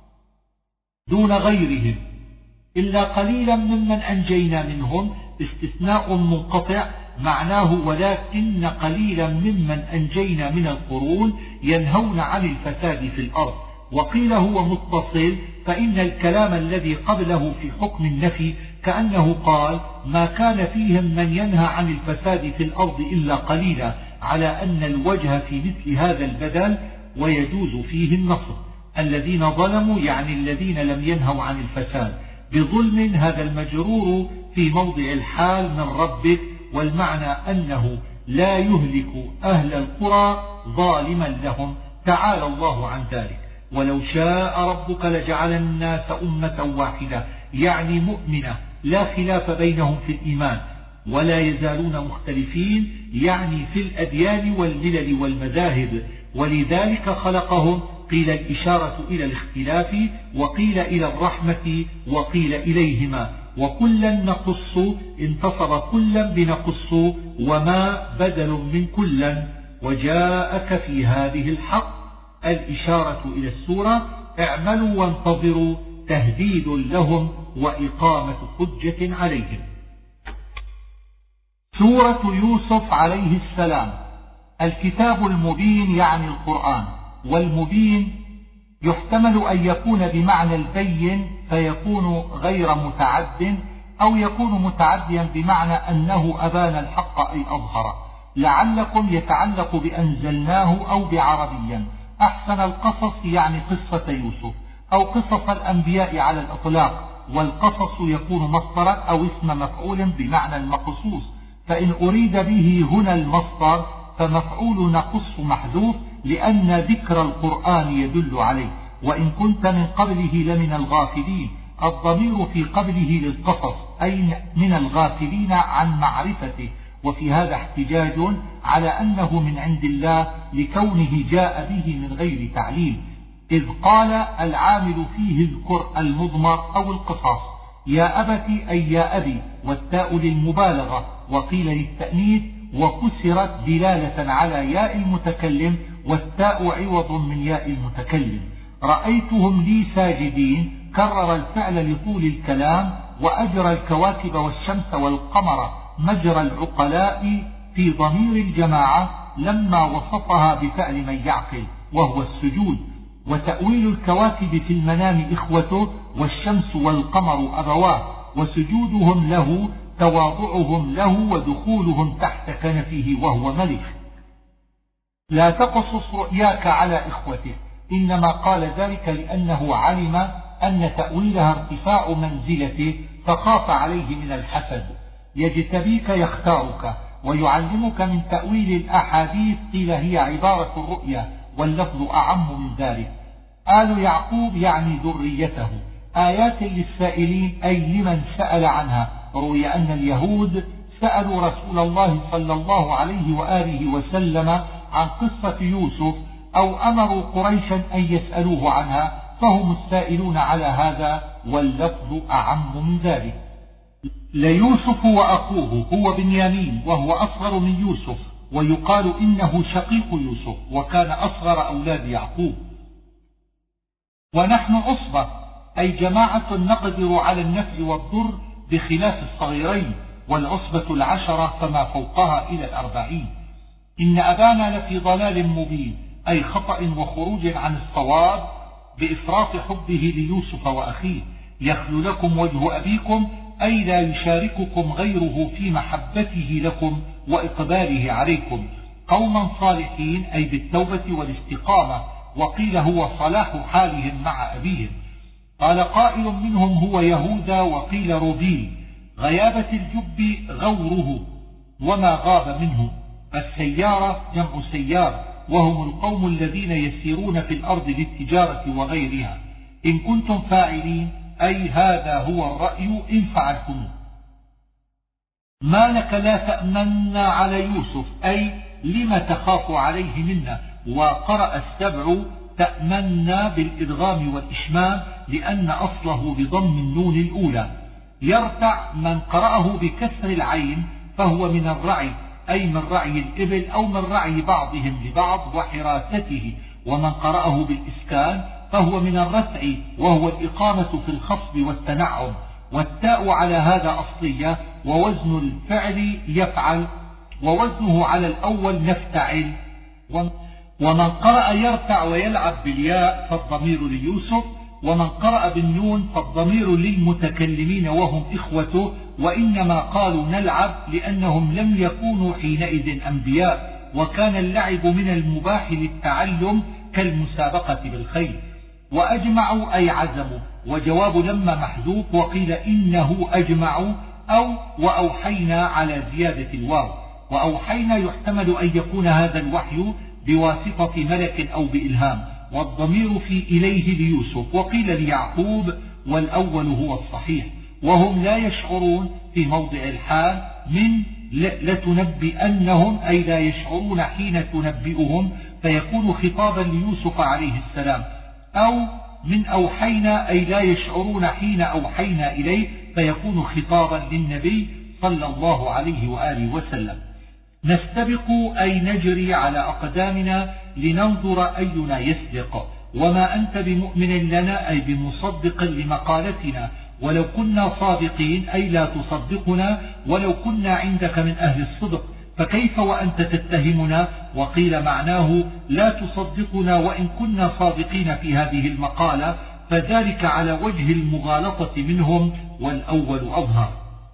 دون غيرهم إلا قليلا ممن أنجينا منهم، استثناء منقطع معناه ولكن قليلا ممن أنجينا من القرون ينهون عن الفساد في الأرض. وقيل هو متصل، فإن الكلام الذي قبله في حكم النفي كأنه قال: ما كان فيهم من ينهى عن الفساد في الأرض إلا قليلا، على أن الوجه في مثل هذا البدل ويجوز فيه النصر. الذين ظلموا يعني الذين لم ينهوا عن الفساد. بظلم هذا المجرور في موضع الحال من ربك، والمعنى أنه لا يهلك أهل القرى ظالما لهم، تعالى الله عن ذلك. ولو شاء ربك لجعل الناس أمة واحدة، يعني مؤمنة لا خلاف بينهم في الإيمان، ولا يزالون مختلفين يعني في الأديان والملل والمذاهب، ولذلك خلقهم. قيل الإشارة إلى الاختلاف، وقيل إلى الرحمة، وقيل إليهما. وكلا نقص انتصب كلا بنقص، وما بدل من كلا. وجاءك في هذه الحق، الإشارة إلى السورة: اعملوا وانتظروا، تهديد لهم وإقامة حجة عليهم. سورة يوسف عليه السلام. الكتاب المبين يعني القرآن، والمبين يحتمل أن يكون بمعنى البين فيكون غير متعد، أو يكون متعديا بمعنى أنه أبان الحق أي أظهر. لعلكم يتعلق بأنزلناه أو بعربيا. أحسن القصص يعني قصة يوسف، أو قصص الأنبياء على الإطلاق، والقصص يكون مصدرا أو اسم مفعول بمعنى المقصوص، فإن أريد به هنا المصدر فمفعول نقص محذوف لأن ذكر القرآن يدل عليه. وإن كنت من قبله لمن الغافلين، الضمير في قبله للقصص أي من الغافلين عن معرفته، وفي هذا احتجاج على أنه من عند الله لكونه جاء به من غير تعليل، إذ قال العامل فيه اذكر المضمر أو القصاص. يا أبت أي يا أبي، والتاء للمبالغة، وقيل للتأنيث، وكسرت دلالة على ياء المتكلم، والتاء عوض من ياء المتكلم. رأيتهم لي ساجدين، كرر الفعل لطول الكلام. وأجرى الكواكب والشمس والقمر مجرى العقلاء في ضمير الجماعة لما وصفها بفعل من يعقل وهو السجود. وتأويل الكواكب في المنام إخوته، والشمس والقمر أبواه، وسجودهم له تواضعهم له ودخولهم تحت كنفه وهو ملك. لا تقصص رؤياك على إخوته، إنما قال ذلك لأنه علم أن تأويلها ارتفاع منزلته فخاف عليه من الحسد. يجتبيك يختارك ويعلمك من تأويل الأحاديث، قيل هي عبارة الرؤيا واللفظ أعم من ذلك. آل يعقوب يعني ذريته. آيات للسائلين أي لمن سأل عنها. روي أن اليهود سألوا رسول الله صلى الله عليه وآله وسلم عن قصة يوسف أو أمروا قريشا أن يسألوه عنها، فهم السائلون على هذا، واللفظ أعم من ذلك. ليوسف وأخوه هو بنيامين، وهو أصغر من يوسف، ويقال إنه شقيق يوسف، وكان أصغر أولاد يعقوب. ونحن عصبة، أي جماعة نقدر على النفع والضر بخلاف الصغيرين، والعصبة 10 فما فوقها إلى 40. إن أبانا لفي ضلال مبين، أي خطأ وخروج عن الصواب بإفراط حبه ليوسف وأخيه. يخل لكم وجه أبيكم، أي لا يشارككم غيره في محبته لكم وإقباله عليكم. قوما صالحين، أي بالتوبة والاستقامة، وقيل هو صلاح حالهم مع أبيهم. قال قائل منهم هو يهوذا، وقيل روبيل. غيابة الجب غوره وما غاب منه. السيارة جمع سيار، وهم القوم الذين يسيرون في الأرض للتجارة وغيرها. إن كنتم فاعلين، أي هذا هو الرأي إن فعلتم. ما لك لا تأمن على يوسف، أي لم تخاف عليه منا. وقرأ السبع تأمنا بالإدغام والإشمام، لأن أصله بضم النون الأولى. يرتع من قرأه بكسر العين فهو من الرعي، أي من رعي الإبل أو من رعي بعضهم لبعض وحراسته. ومن قرأه بالإسكان فهو من الرتع، وهو الإقامة في الخصب والتنعم. والتاء على هذا أصلية، ووزن الفعل يفعل، ووزنه على الأول نفتعل. ومن قرأ يرتع ويلعب بالياء فالضمير ليوسف، ومن قرأ بالنون فالضمير للمتكلمين وهم إخوته. وإنما قالوا نلعب لأنهم لم يكونوا حينئذ أنبياء، وكان اللعب من المباح للتعلم كالمسابقة بالخيل. وأجمعوا أي عزموا، وجواب لما محذوف، وقيل إنه أجمعوا أو وأوحينا على زيادة الواو. وأوحينا يحتمل أن يكون هذا الوحي بواسطة ملك أو بإلهام، والضمير في إليه ليوسف، وقيل ليعقوب، والأول هو الصحيح. وهم لا يشعرون في موضع الحال من لتنبئنهم، أي لا يشعرون حين تنبئهم، فيكون خطابا ليوسف عليه السلام. أو من أوحينا، أي لا يشعرون حين أوحينا إليه، فيكون خطابا للنبي صلى الله عليه وآله وسلم. نستبق، أي نجري على أقدامنا لننظر أينا يسبق. وما أنت بمؤمن لنا، أي بمصدق لمقالتنا، ولو كنا صادقين، أي لا تصدقنا ولو كنا عندك من أهل الصدق، فكيف وأنت تتهمنا؟ وقيل معناه لا تصدقنا وإن كنا صادقين في هذه المقالة، فذلك على وجه المغالطة منهم، والأول أظهر.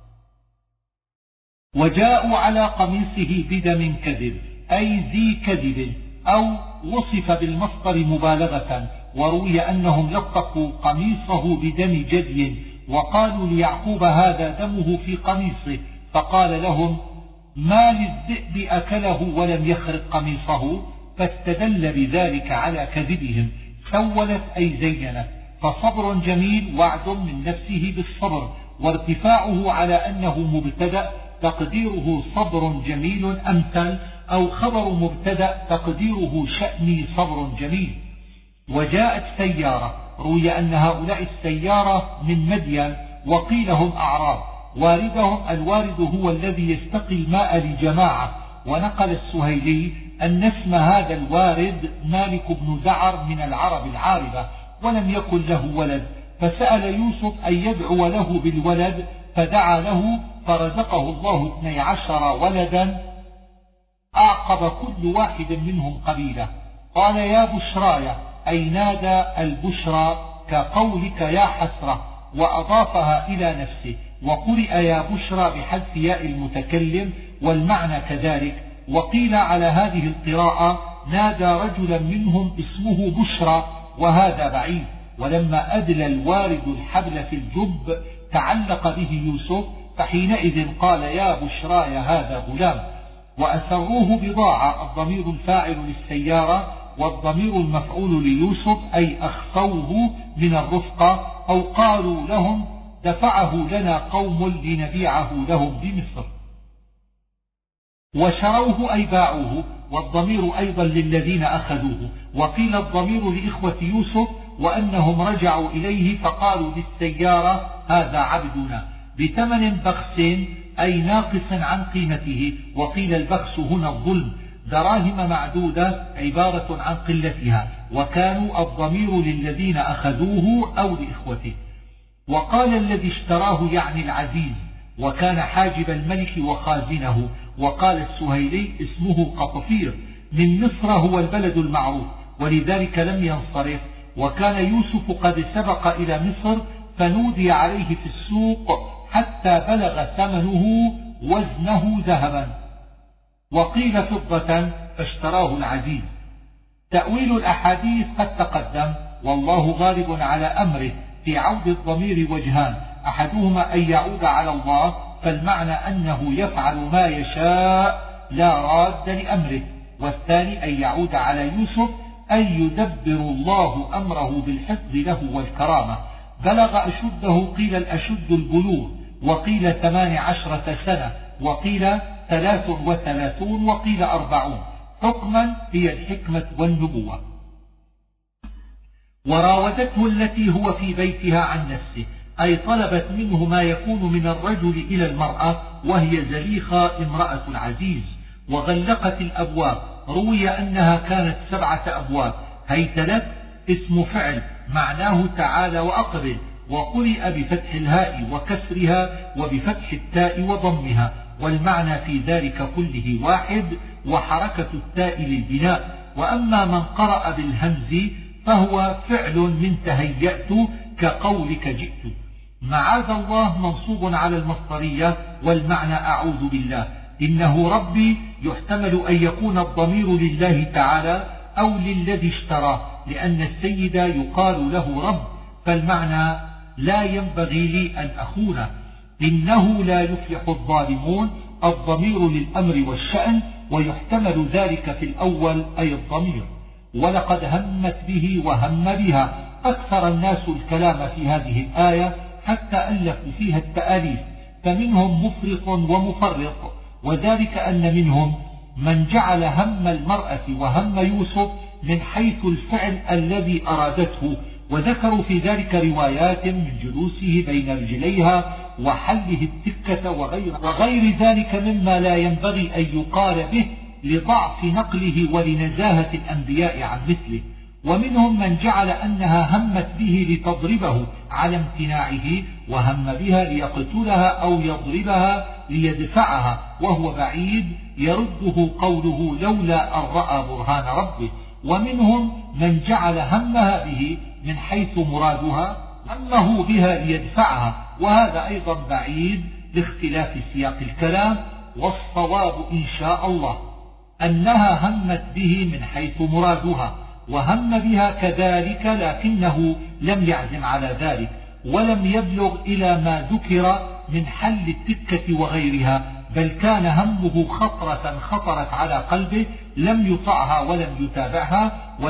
وجاءوا على قميصه بدم كذب، أي ذي كذب، أو وصف بالمصدر مبالغة. وروي أنهم لطقوا قميصه بدم جدي، وقالوا ليعقوب هذا دمه في قميصه، فقال لهم ما للذئب أكله ولم يخرق قميصه، فاستدل بذلك على كذبهم. سولت أي زينت، فصبر جميل وعد من نفسه بالصبر، وارتفاعه على أنه مبتدأ تقديره صبر جميل أمثل، أو خبر مبتدأ تقديره شأني صبر جميل. وجاءت سيارة، روي أن هؤلاء السيارة من مدين، وقيل هم أعراب. واردهم، الوارد هو الذي يستقي الماء لجماعة. ونقل السهيلي أن اسم هذا الوارد مالك بن دعر من العرب العاربة، ولم يكن له ولد، فسأل يوسف أن يدعو له بالولد، فدعا له فرزقه الله 12 ولدا، أعقب كل واحد منهم قبيلة. قال يا بشراي، أي نادى البشرى كقولك يا حسرة، وأضافها إلى نفسه. وقرئ يا بشرى بحذف ياء المتكلم، والمعنى كذلك. وقيل على هذه القراءة نادى رجلا منهم اسمه بشرى، وهذا بعيد. ولما أدلى الوارد الحبل في الجب تعلق به يوسف، فحينئذ قال يا بشراي هذا غلام. وأسروه بضاعة، الضمير الفاعل للسيارة، والضمير المفعول ليوسف، أي أخفوه من الرفقة، أو قالوا لهم دفعه لنا قوم لنبيعه لهم بمصر. وشروه أي باعوه، والضمير أيضا للذين أخذوه. وقيل الضمير لإخوة يوسف وأنهم رجعوا إليه فقالوا للسيارة هذا عبدنا بثمن بخس أي ناقص عن قيمته. وقيل البخس هنا الظلم، دراهم معدودة عبارة عن قلتها، وكانوا الضمير للذين أخذوه أو لإخوته. وقال الذي اشتراه يعني العزيز، وكان حاجب الملك وخازنه. وقال السهيلي اسمه قطفير، من مصر هو البلد المعروف، ولذلك لم ينصرف. وكان يوسف قد سبق إلى مصر فنودي عليه في السوق حتى بلغ ثمنه وزنه ذهبا، وقيل فضة فاشتراه العزيز. تأويل الأحاديث قد تقدم، والله غالب على أمره. في عود الضمير وجهان، أحدهما أن يعود على الله، فالمعنى أنه يفعل ما يشاء لا راد لأمره، والثاني أن يعود على يوسف أن يدبر الله أمره بالحفظ له والكرامة. بلغ أشده، قيل الأشد البلوغ، وقيل 18 سنة، وقيل 33، وقيل 40. حكما هي الحكمة والنبوة. وراودته التي هو في بيتها عن نفسه، أي طلبت منه ما يكون من الرجل إلى المرأة، وهي زليخة امرأة العزيز. وغلقت الأبواب، روي أنها كانت 7 أبواب. هيتلت اسم فعل معناه تعالى وأقبل، وقرئ بفتح الهاء وكسرها وبفتح التاء وضمها، والمعنى في ذلك كله واحد، وحركة التاء للبناء. وأما من قرأ بالهمز فهو فعل من تهيأت كقولك جئت. معاذ الله منصوب على المصدرية، والمعنى أعوذ بالله. إنه ربي يحتمل أن يكون الضمير لله تعالى أو للذي اشتراه، لأن السيد يقال له رب، فالمعنى لا ينبغي لي أن أخونه. إنه لا يفلح الظالمون، الضمير للأمر والشأن، ويحتمل ذلك في الأول أي الضمير. ولقد همت به وهم بها. أكثر الناس الكلام في هذه الآية حتى ألفوا فيها التآليف، فمنهم مفرط ومفرط، وذلك أن منهم من جعل هم المرأة وهم يوسف من حيث الفعل الذي أرادته، وذكروا في ذلك روايات من جلوسه بين رجليها وحله التكة وغير ذلك مما لا ينبغي أن يقال به لضعف نقله ولنزاهة الأنبياء عن مثله. ومنهم من جعل أنها همت به لتضربه على امتناعه، وهم بها ليقتلها أو يضربها ليدفعها، وهو بعيد يرده قوله لولا أن رأى برهان ربه. ومنهم من جعل همها به من حيث مرادها همه بها ليدفعها، وهذا أيضا بعيد لاختلاف سياق الكلام. والصواب إن شاء الله أنها همت به من حيث مرادها، وهم بها كذلك، لكنه لم يعزم على ذلك، ولم يبلغ إلى ما ذكر من حل التكة وغيرها، بل كان همه خطرة خطرت على قلبه لم يطعها ولم يتابعها،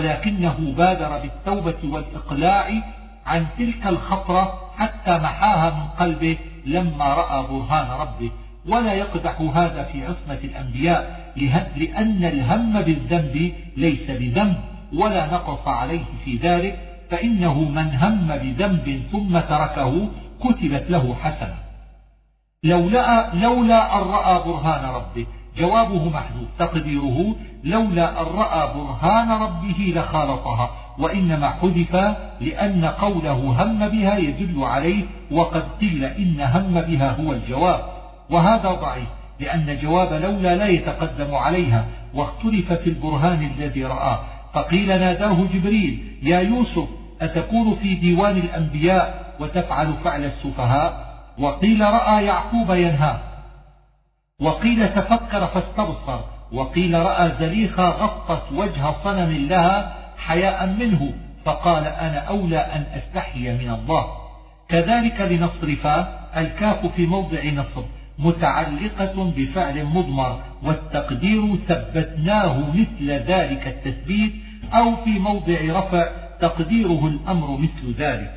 ولكنه بادر بالتوبة والإقلاع عن تلك الخطرة حتى محاها من قلبه لما رأى برهان ربه. ولا يقدح هذا في عصمة الأنبياء، لأن الهم بالذنب ليس بذنب ولا نقص عليه في ذلك، فإنه من هم بذنب ثم تركه كتبت له حسنة. لولا أن رأى برهان ربه، جوابه محذوف تقديره لولا أن رأى برهان ربه لخالطها، وإنما حذف لأن قوله هم بها يدل عليه، وقد قيل إن هم بها هو الجواب، وهذا ضعيف لأن جواب لولا لا يتقدم عليها، واختلف في البرهان الذي رآه. فقيل ناداه جبريل يا يوسف أتكون في ديوان الأنبياء وتفعل فعل السفهاء؟ وقيل رأى يعقوب ينهاه، وقيل تفكر فاستبصر، وقيل رأى زليخة غطت وجه صنم لها حياء منه فقال أنا أولى أن أستحي من الله. كذلك لنصرف الكاف في موضع نصب متعلقة بفعل مضمر، والتقدير ثبتناه مثل ذلك التثبيت، أو في موضع رفع تقديره الأمر مثل ذلك.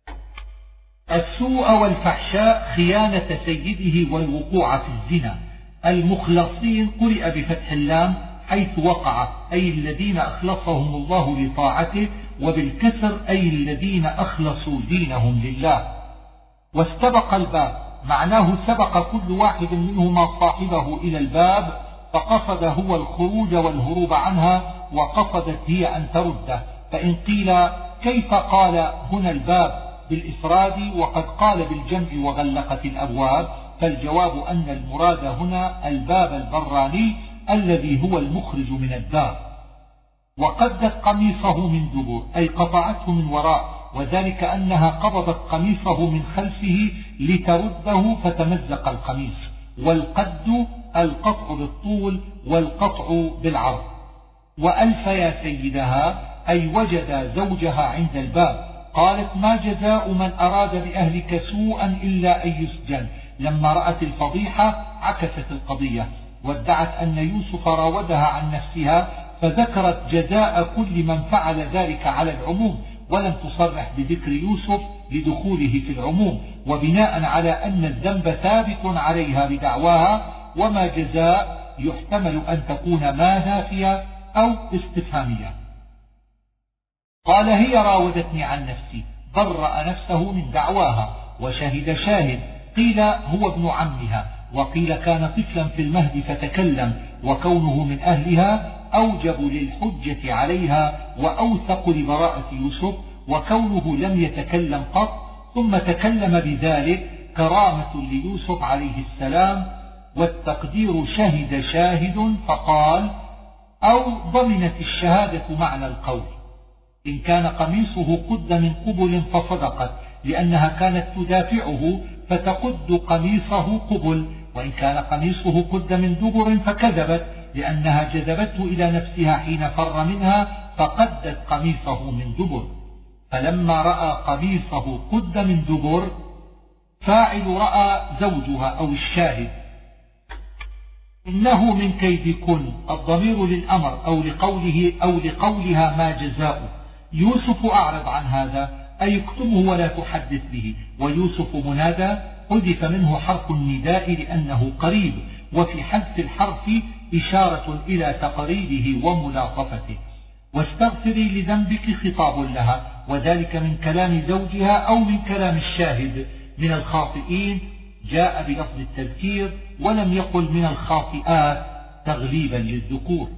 السوء والفحشاء خيانة سيده والوقوع في الزنا. المخلصين قرئ بفتح اللام حيث وقع، أي الذين أخلصهم الله لطاعته، وبالكسر أي الذين أخلصوا دينهم لله. واستبق الباب معناه سبق كل واحد منهما صاحبه إلى الباب فقصد هو الخروج والهروب عنها وقصدت هي أن ترده. فإن قيل كيف قال هنا الباب بالإفراد وقد قال بالجمع وغلقت الأبواب، فالجواب أن المراد هنا الباب البراني الذي هو المخرج من الدار. وقدت قميصه من دبر أي قطعته من وراء، وذلك أنها قبضت قميصه من خلفه لترده فتمزق القميص. والقد القطع بالطول والقطع بالعرض. وألف يا سيدها أي وجد زوجها عند الباب. قالت ما جزاء من أراد بأهلك سوءا إلا أن يسجن. لما رأت الفضيحة عكست القضية وادعت أن يوسف راودها عن نفسها، فذكرت جزاء كل من فعل ذلك على العموم، ولم تصرح بذكر يوسف لدخوله في العموم، وبناء على أن الذنب ثابت عليها بدعواها. وما جزاء يحتمل أن تكون ما نافية أو استفهامية. قال هي راودتني عن نفسي، برأ نفسه من دعواها. وشهد شاهد، قيل هو ابن عمها، وقيل كان طفلا في المهد فتكلم، وكونه من أهلها أوجب للحجة عليها وأوثق لبراءة يوسف، وكونه لم يتكلم قط ثم تكلم بذلك كرامة ليوسف عليه السلام. والتقدير شهد شاهد فقال أو ضمنت الشهادة معنى القول. إن كان قميصه قد من قبل فصدقت لأنها كانت تدافعه فتقد قميصه قبل، وإن كان قميصه قد من دبر فكذبت لأنها جذبته إلى نفسها حين فر منها فقدت قميصه من دبر. فلما رأى قميصه قد من دبر، فاعل رأى زوجها أو الشاهد. إنه من كيدكن، الضمير للأمر أو لقولها ما جزاؤه. يوسف أعرض عن هذا أي اكتمه ولا تحدث به. ويوسف منادى حذف منه حرف النداء لأنه قريب، وفي حذف الحرف إشارة إلى تقريبه وملاطفته. واستغفري لذنبك خطاب لها، وذلك من كلام زوجها أو من كلام الشاهد. من الخاطئين جاء بلفظ التذكير ولم يقل من الخاطئات تغليبا للذكور.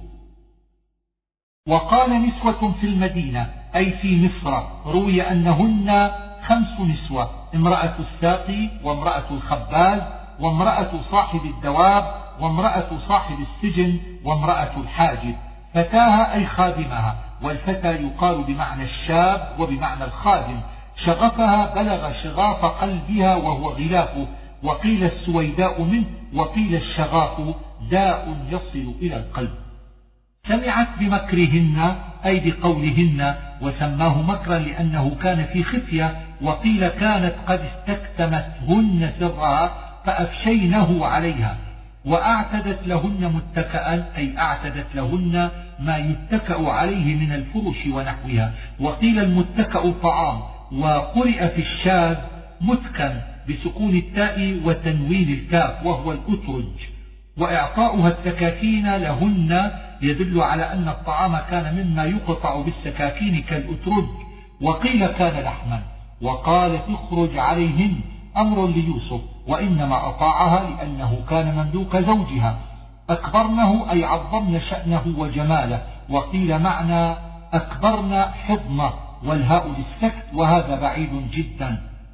وقال نسوة في المدينة أي في مصر، روي أنهن 5 نسوة: امرأة الساقي، وامرأة الخباز، وامرأة صاحب الدواب، وامرأة صاحب السجن، وامرأة الحاجب. فتاها أي خادمها، والفتى يقال بمعنى الشاب وبمعنى الخادم. شغفها بلغ شغاف قلبها وهو غلافه، وقيل السويداء منه، وقيل الشغاف داء يصل إلى القلب. سمعت بمكرهن أي بقولهن، وسماه مكرا لأنه كان في خفية، وقيل كانت قد استكتمتهن سرها فأفشينه عليها. وأعتدت لهن متكئا أي أعتدت لهن ما يتكأ عليه من الفرش ونحوها. وقيل المتكأ طعام، وقرئ في الشاذ متكن بسكون التاء وتنوين الكاف وهو الأترج. وإعطاؤها السكاكين لهن يدل على أن الطعام كان مما يقطع بالسكاكين كالأترج. وقيل كان لحما. وقال تخرج عليهن أمر ليوسف، وإنما أطاعها لأنه كان مملوك زوجها. أكبرنه أي عظمن شأنه وجماله. وقيل معنى أكبرن حضنه، والهاء للسكت، وهذا بعيد جدا.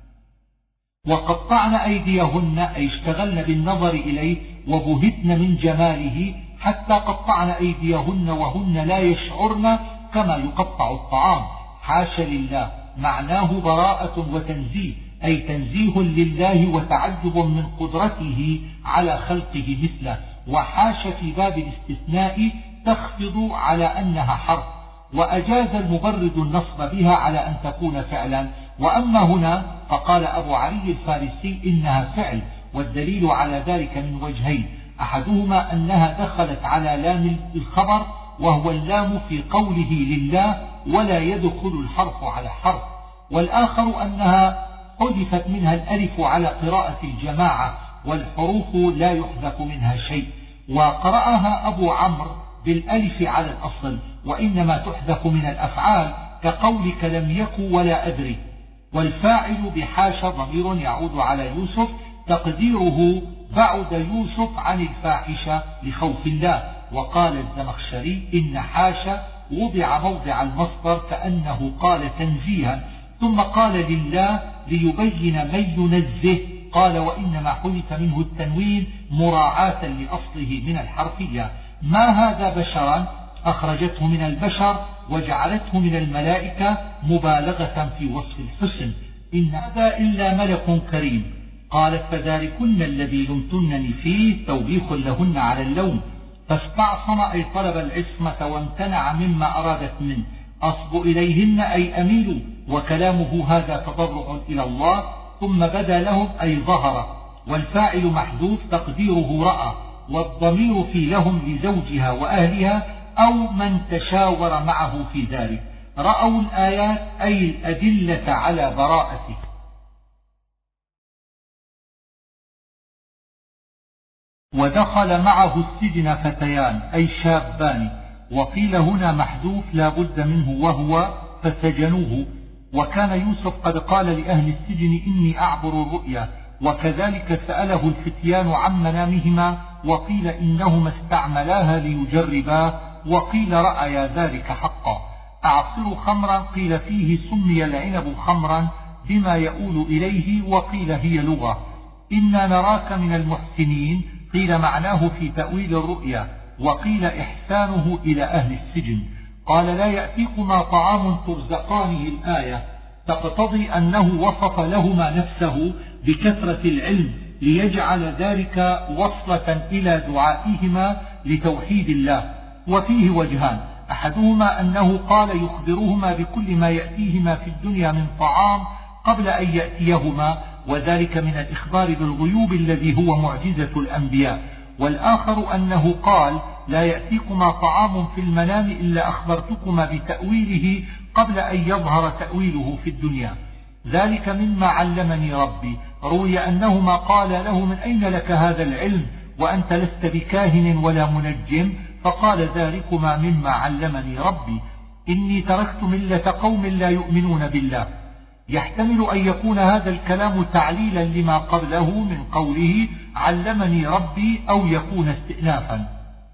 وقطعن أيديهن أي اشتغلن بالنظر إليه وبهتن من جماله حتى قطعن أيديهن وهن لا يشعرن كما يقطع الطعام. حاش لله معناه براءة وتنزيه، أي تنزيه لله وتعجب من قدرته على خلقه مثله. وحاش في باب الاستثناء تخفض على أنها حرف، وأجاز المبرد النصب بها على أن تكون فعلا. وأما هنا فقال أبو علي الفارسي إنها فعل، والدليل على ذلك من وجهين: أحدهما أنها دخلت على لام الخبر، وهو اللام في قوله لله ولا يدخل الحرف على حرف، والآخر أنها حذفت منها الألف على قراءة الجماعة، والحروف لا يحذف منها شيء. وقرأها أبو عمرو بالألف على الأصل، وإنما تحذف من الأفعال كقولك لم يك ولا أدري. والفاعل بحاش ضمير يعود على يوسف تقديره بعد يوسف عن الفاحشة لخوف الله. وقال الزمخشري إن حاش وضع موضع المصدر كأنه قال تنزيها، ثم قال لله ليبين من ينزه، قال وإنما حذف منه التنوين مراعاة لأصله من الحرفية. ما هذا بشرا أخرجته من البشر وجعلته من الملائكة مبالغة في وصف الحسن. إن هذا إلا ملك كريم. قالت فذلكن الذي لمتنني فيه توبيخ لهن على اللوم، فاستعصم أي طلب العصمة وامتنع مما أرادت منه. أصب إليهن أي أميل، وكلامه هذا تضرع إلى الله. ثم بدا لهم أي ظهر، والفاعل محذوف تقديره رأى، والضمير في لهم لزوجها وأهلها أو من تشاور معه في ذلك. رأوا الآيات أي الأدلة على براءته. ودخل معه السجن فتيان أي شابان، وقيل هنا محذوف لا بد منه وهو فسجنوه. وكان يوسف قد قال لأهل السجن إني أعبر الرؤيا، وكذلك سأله الفتيان عن منامهما، وقيل إنهما استعملاها ليجرباه، وقيل رأيا ذلك حقا. أعصر خمرا قيل فيه سمي العنب خمرا بما يؤول إليه، وقيل هي لغة. إنا نراك من المحسنين قيل معناه في تأويل الرؤيا، وقيل إحسانه إلى أهل السجن. قال لا يأتيكما طعام ترزقانه الآية تقتضي أنه وصف لهما نفسه بكثرة العلم ليجعل ذلك وصلة إلى دعائهما لتوحيد الله. وفيه وجهان، أحدهما أنه قال يخبرهما بكل ما يأتيهما في الدنيا من طعام قبل أن يأتيهما، وذلك من الإخبار بالغيوب الذي هو معجزة الأنبياء. والآخر أنه قال لا يأتيكما طعام في المنام إلا أخبرتكما بتأويله قبل أن يظهر تأويله في الدنيا. ذلك مما علمني ربي. روي أنهما قال له من أين لك هذا العلم وأنت لست بكاهن ولا منجم؟ فقال ذلكما مما علمني ربي، إني تركت ملة قوم لا يؤمنون بالله. يحتمل أن يكون هذا الكلام تعليلا لما قبله من قوله علمني ربي، أو يكون استئنافا.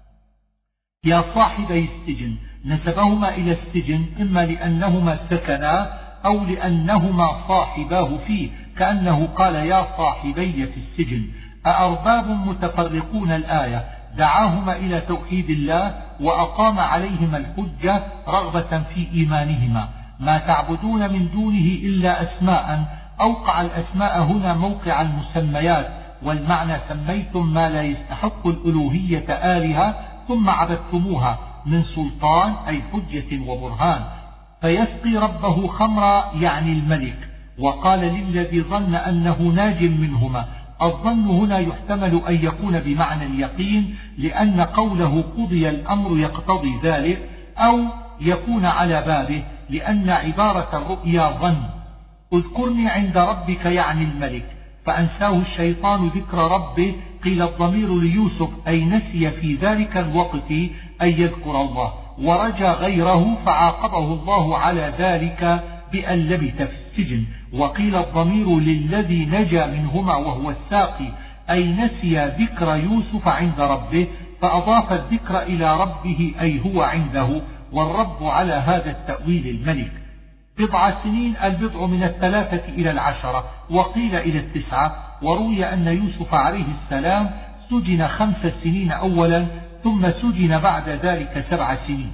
يا صاحبي السجن نسبهما إلى السجن إما لأنهما سكنا أو لأنهما صاحباه فيه، كأنه قال يا صاحبي في السجن. أأرباب متفرقون الآية دعاهما إلى توحيد الله وأقام عليهما الحجة رغبة في إيمانهما. ما تعبدون من دونه إلا أسماء، أوقع الأسماء هنا موقع المسميات، والمعنى سميتم ما لا يستحق الألوهية آلهة ثم عبدتموها من سلطان أي حجة وبرهان. فيسقي ربه خمرا يعني الملك. وقال للذي ظن أنه ناج منهما، الظن هنا يحتمل أن يكون بمعنى اليقين، لأن قوله قضي الأمر يقتضي ذلك، أو يكون على بابه لأن عبارة الرؤيا ظن. اذكرني عند ربك يعني الملك، فأنساه الشيطان ذكر ربه. قيل الضمير ليوسف أي نسي في ذلك الوقت أن يذكر الله، ورجى غيره فعاقبه الله على ذلك بأن لبث في السجن. وقيل الضمير للذي نجا منهما وهو الساقي أي نسي ذكر يوسف عند ربه، فأضاف الذكر إلى ربه أي هو عنده، والرب على هذا التأويل الملك. بضع سنين البضع من 3 إلى 10 وقيل إلى 9. وروي أن يوسف عليه السلام سجن 5 سنين أولا، ثم سجن بعد ذلك 7 سنين.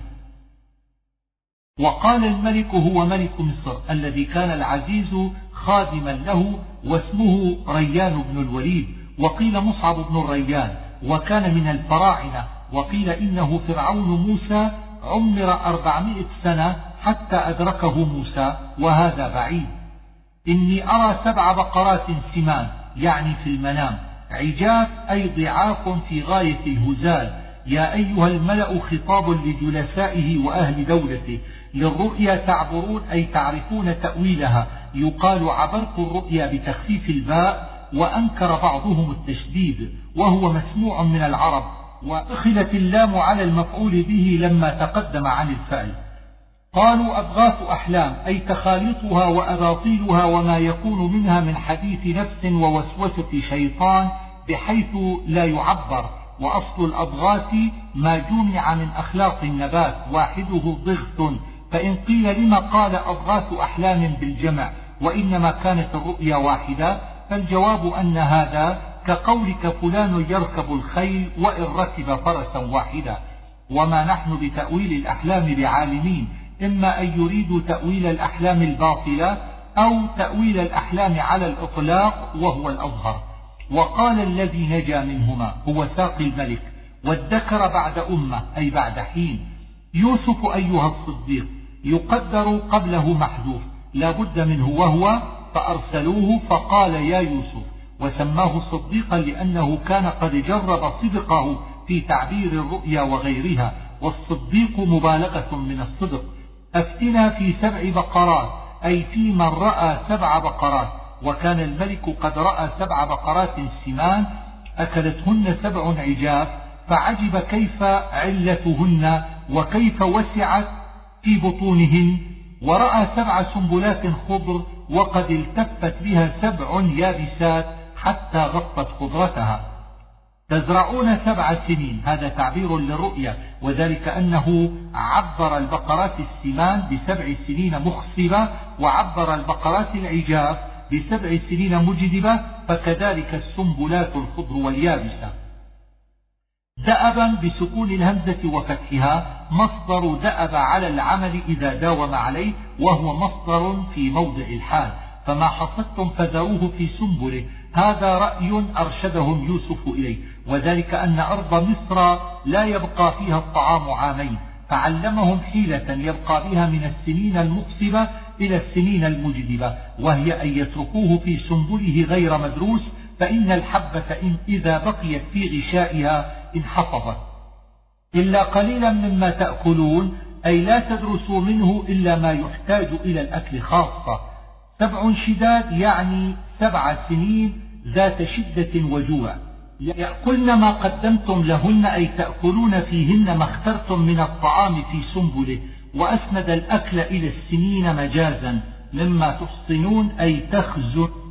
وقال الملك هو ملك مصر الذي كان العزيز خادما له، واسمه ريان بن الوليد، وقيل مصعب بن الريان، وكان من الفراعنة. وقيل إنه فرعون موسى، عمر 400 سنة حتى أدركه موسى، وهذا بعيد. إني أرى 7 بقرات سمان يعني في المنام، عجاف أي ضعاف في غاية الهزال. يا أيها الملأ خطاب لجلسائه وأهل دولته. للرؤيا تعبرون أي تعرفون تأويلها، يقال عبرت الرؤيا بتخفيف الباء وأنكر بعضهم التشديد وهو مسموع من العرب، وأدخلت اللام على المفعول به لما تقدم عن الفعل. قالوا أضغاث أحلام أي تخاليطها وأباطيلها وما يكون منها من حديث نفس ووسوسة شيطان بحيث لا يعبر. وأصل الأضغاث ما جمع من أخلاق النبات واحده ضغث، فإن قيل لما قال أضغاث أحلام بالجمع وإنما كانت الرؤيا واحدة، فالجواب أن هذا كقولك فلان يركب الخيل وإن ركب فرسا واحدا. وما نحن بتأويل الأحلام بعالمين، إما أن يريدوا تأويل الأحلام الباطلة أو تأويل الأحلام على الإطلاق وهو الأظهر. وقال الذي نجا منهما هو ساقي الملك وادكر بعد أمة أي بعد حين. يوسف أيها الصديق يقدر قبله محذوف لا بد منه وهو، فأرسلوه فقال يا يوسف، وسماه صديقا لأنه كان قد جرب صدقه في تعبير الرؤيا وغيرها، والصديق مبالغة من الصدق. أفتنا في 7 بقرات أي في من رأى 7 بقرات، وكان الملك قد رأى 7 بقرات سمان أكلتهن 7 عجاف، فعجب كيف علتهن وكيف وسعت في بطونهن، ورأى 7 سنبلات خضر وقد التفت بها 7 يابسات حتى غطت خضرتها. تزرعون 7 سنين، هذا تعبير للرؤيا، وذلك أنه عبر البقرات السمان ب7 سنين مخصبة، وعبر البقرات العجاف ب7 سنين مجدبة، فكذلك السنبلات الخضر واليابسة. دأبا بسكون الهمزة وفتحها مصدر دأب على العمل إذا داوم عليه، وهو مصدر في موضع الحال، فما حصدتم فذروه في سنبله. هذا رأي أرشدهم يوسف إليه، وذلك أن أرض مصر لا يبقى فيها الطعام عامين، فعلمهم حيلة يبقى بها من السنين المقصبة إلى السنين المجدبة، وهي أن يتركوه في سنبله غير مدروس، فإن الحبة إذا بقيت في غشائها انحفظت. إلا قليلا مما تأكلون أي لا تدرسوا منه إلا ما يحتاج إلى الأكل خاصة. 7 شداد يعني 7 سنين ذات شدة وجوع. يأكلن ما قدمتم لهن أي تأكلون فيهن ما اخترتم من الطعام في سنبله، وأسند الأكل إلى السنين مجازا مما تحصنون أي تخزن